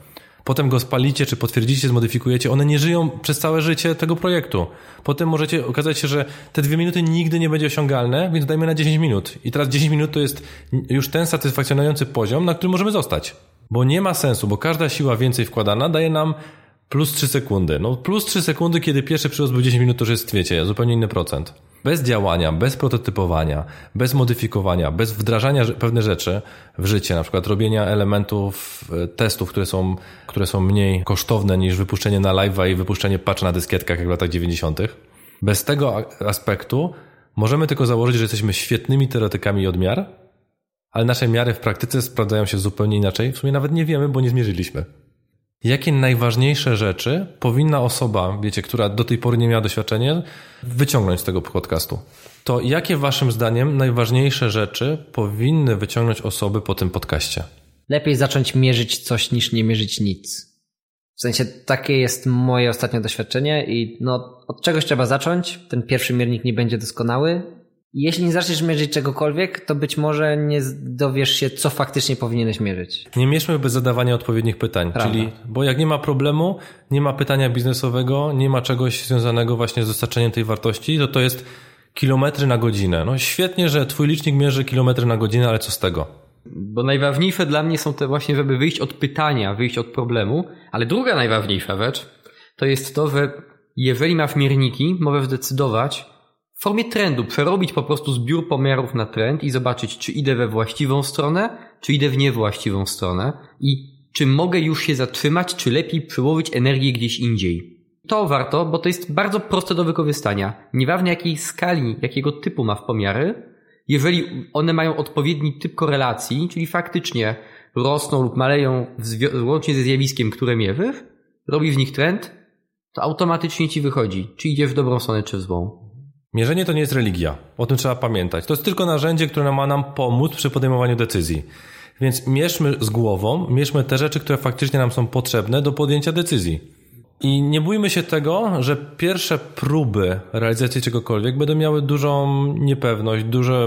Potem go spalicie, czy potwierdzicie, zmodyfikujecie. One nie żyją przez całe życie tego projektu. Potem możecie okazać się, że te dwie minuty nigdy nie będzie osiągalne, więc dajmy na dziesięć minut. I teraz dziesięć minut to jest już ten satysfakcjonujący poziom, na którym możemy zostać. Bo nie ma sensu, bo każda siła więcej wkładana daje nam plus trzy sekundy. No plus trzy sekundy, kiedy pierwszy przyrost był dziesięć minut, to już jest, wiecie, zupełnie inny procent. Bez działania, bez prototypowania, bez modyfikowania, bez wdrażania pewne rzeczy w życie, na przykład robienia elementów testów, które są, które są mniej kosztowne niż wypuszczenie na live'a i wypuszczenie patcha na dyskietkach jak w latach dziewięćdziesiątych. Bez tego aspektu możemy tylko założyć, że jesteśmy świetnymi teoretykami od miar, ale nasze miary w praktyce sprawdzają się zupełnie inaczej. W sumie nawet nie wiemy, bo nie zmierzyliśmy. Jakie najważniejsze rzeczy powinna osoba, wiecie, która do tej pory nie miała doświadczenia, wyciągnąć z tego podcastu? To jakie waszym zdaniem najważniejsze rzeczy powinny wyciągnąć osoby po tym podcaście? Lepiej zacząć mierzyć coś niż nie mierzyć nic. W sensie takie jest moje ostatnie doświadczenie i no od czegoś trzeba zacząć. Ten pierwszy miernik nie będzie doskonały. Jeśli nie zaczniesz mierzyć czegokolwiek, to być może nie dowiesz się, co faktycznie powinieneś mierzyć. Nie mierzmy bez zadawania odpowiednich pytań. Prawda. Czyli, bo jak nie ma problemu, nie ma pytania biznesowego, nie ma czegoś związanego właśnie z dostarczeniem tej wartości, to to jest kilometry na godzinę. No świetnie, że twój licznik mierzy kilometry na godzinę, ale co z tego? Bo najważniejsze dla mnie są te właśnie, żeby wyjść od pytania, wyjść od problemu, ale druga najważniejsza rzecz to jest to, że jeżeli masz mierniki, możesz zdecydować, w formie trendu przerobić po prostu zbiór pomiarów na trend i zobaczyć, czy idę we właściwą stronę, czy idę w niewłaściwą stronę i czy mogę już się zatrzymać, czy lepiej przełożyć energię gdzieś indziej. To warto, bo to jest bardzo proste do wykorzystania. Nieważne jakiej skali, jakiego typu ma w pomiary, jeżeli one mają odpowiedni typ korelacji, czyli faktycznie rosną lub maleją łącznie ze zjawiskiem, które mierzysz, robisz w nich trend, to automatycznie ci wychodzi, czy idziesz w dobrą stronę, czy w złą. Mierzenie to nie jest religia. O tym trzeba pamiętać. To jest tylko narzędzie, które ma nam pomóc przy podejmowaniu decyzji. Więc mierzmy z głową, mierzmy te rzeczy, które faktycznie nam są potrzebne do podjęcia decyzji. I nie bójmy się tego, że pierwsze próby realizacji czegokolwiek będą miały dużą niepewność, duży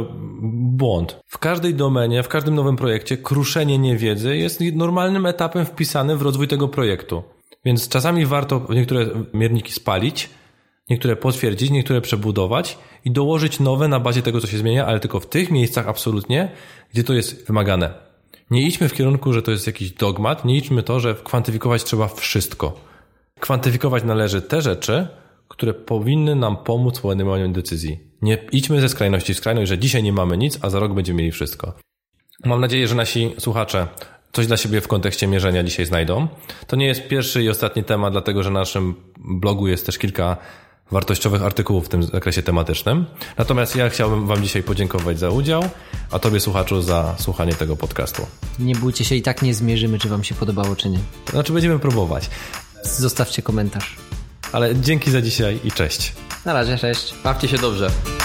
błąd. W każdej domenie, w każdym nowym projekcie kruszenie niewiedzy jest normalnym etapem wpisanym w rozwój tego projektu. Więc czasami warto niektóre mierniki spalić, niektóre potwierdzić, niektóre przebudować i dołożyć nowe na bazie tego, co się zmienia, ale tylko w tych miejscach absolutnie, gdzie to jest wymagane. Nie idźmy w kierunku, że to jest jakiś dogmat, nie idźmy to, że kwantyfikować trzeba wszystko. Kwantyfikować należy te rzeczy, które powinny nam pomóc w podejmowaniu decyzji. Nie idźmy ze skrajności w skrajność, że dzisiaj nie mamy nic, a za rok będziemy mieli wszystko. Mam nadzieję, że nasi słuchacze coś dla siebie w kontekście mierzenia dzisiaj znajdą. To nie jest pierwszy i ostatni temat, dlatego że na naszym blogu jest też kilka wartościowych artykułów w tym zakresie tematycznym. Natomiast ja chciałbym wam dzisiaj podziękować za udział, a tobie, słuchaczu, za słuchanie tego podcastu. Nie bójcie się, i tak nie zmierzymy, czy wam się podobało, czy nie. Znaczy będziemy próbować. Zostawcie komentarz. Ale dzięki za dzisiaj i cześć. Na razie, cześć. Bawcie się dobrze.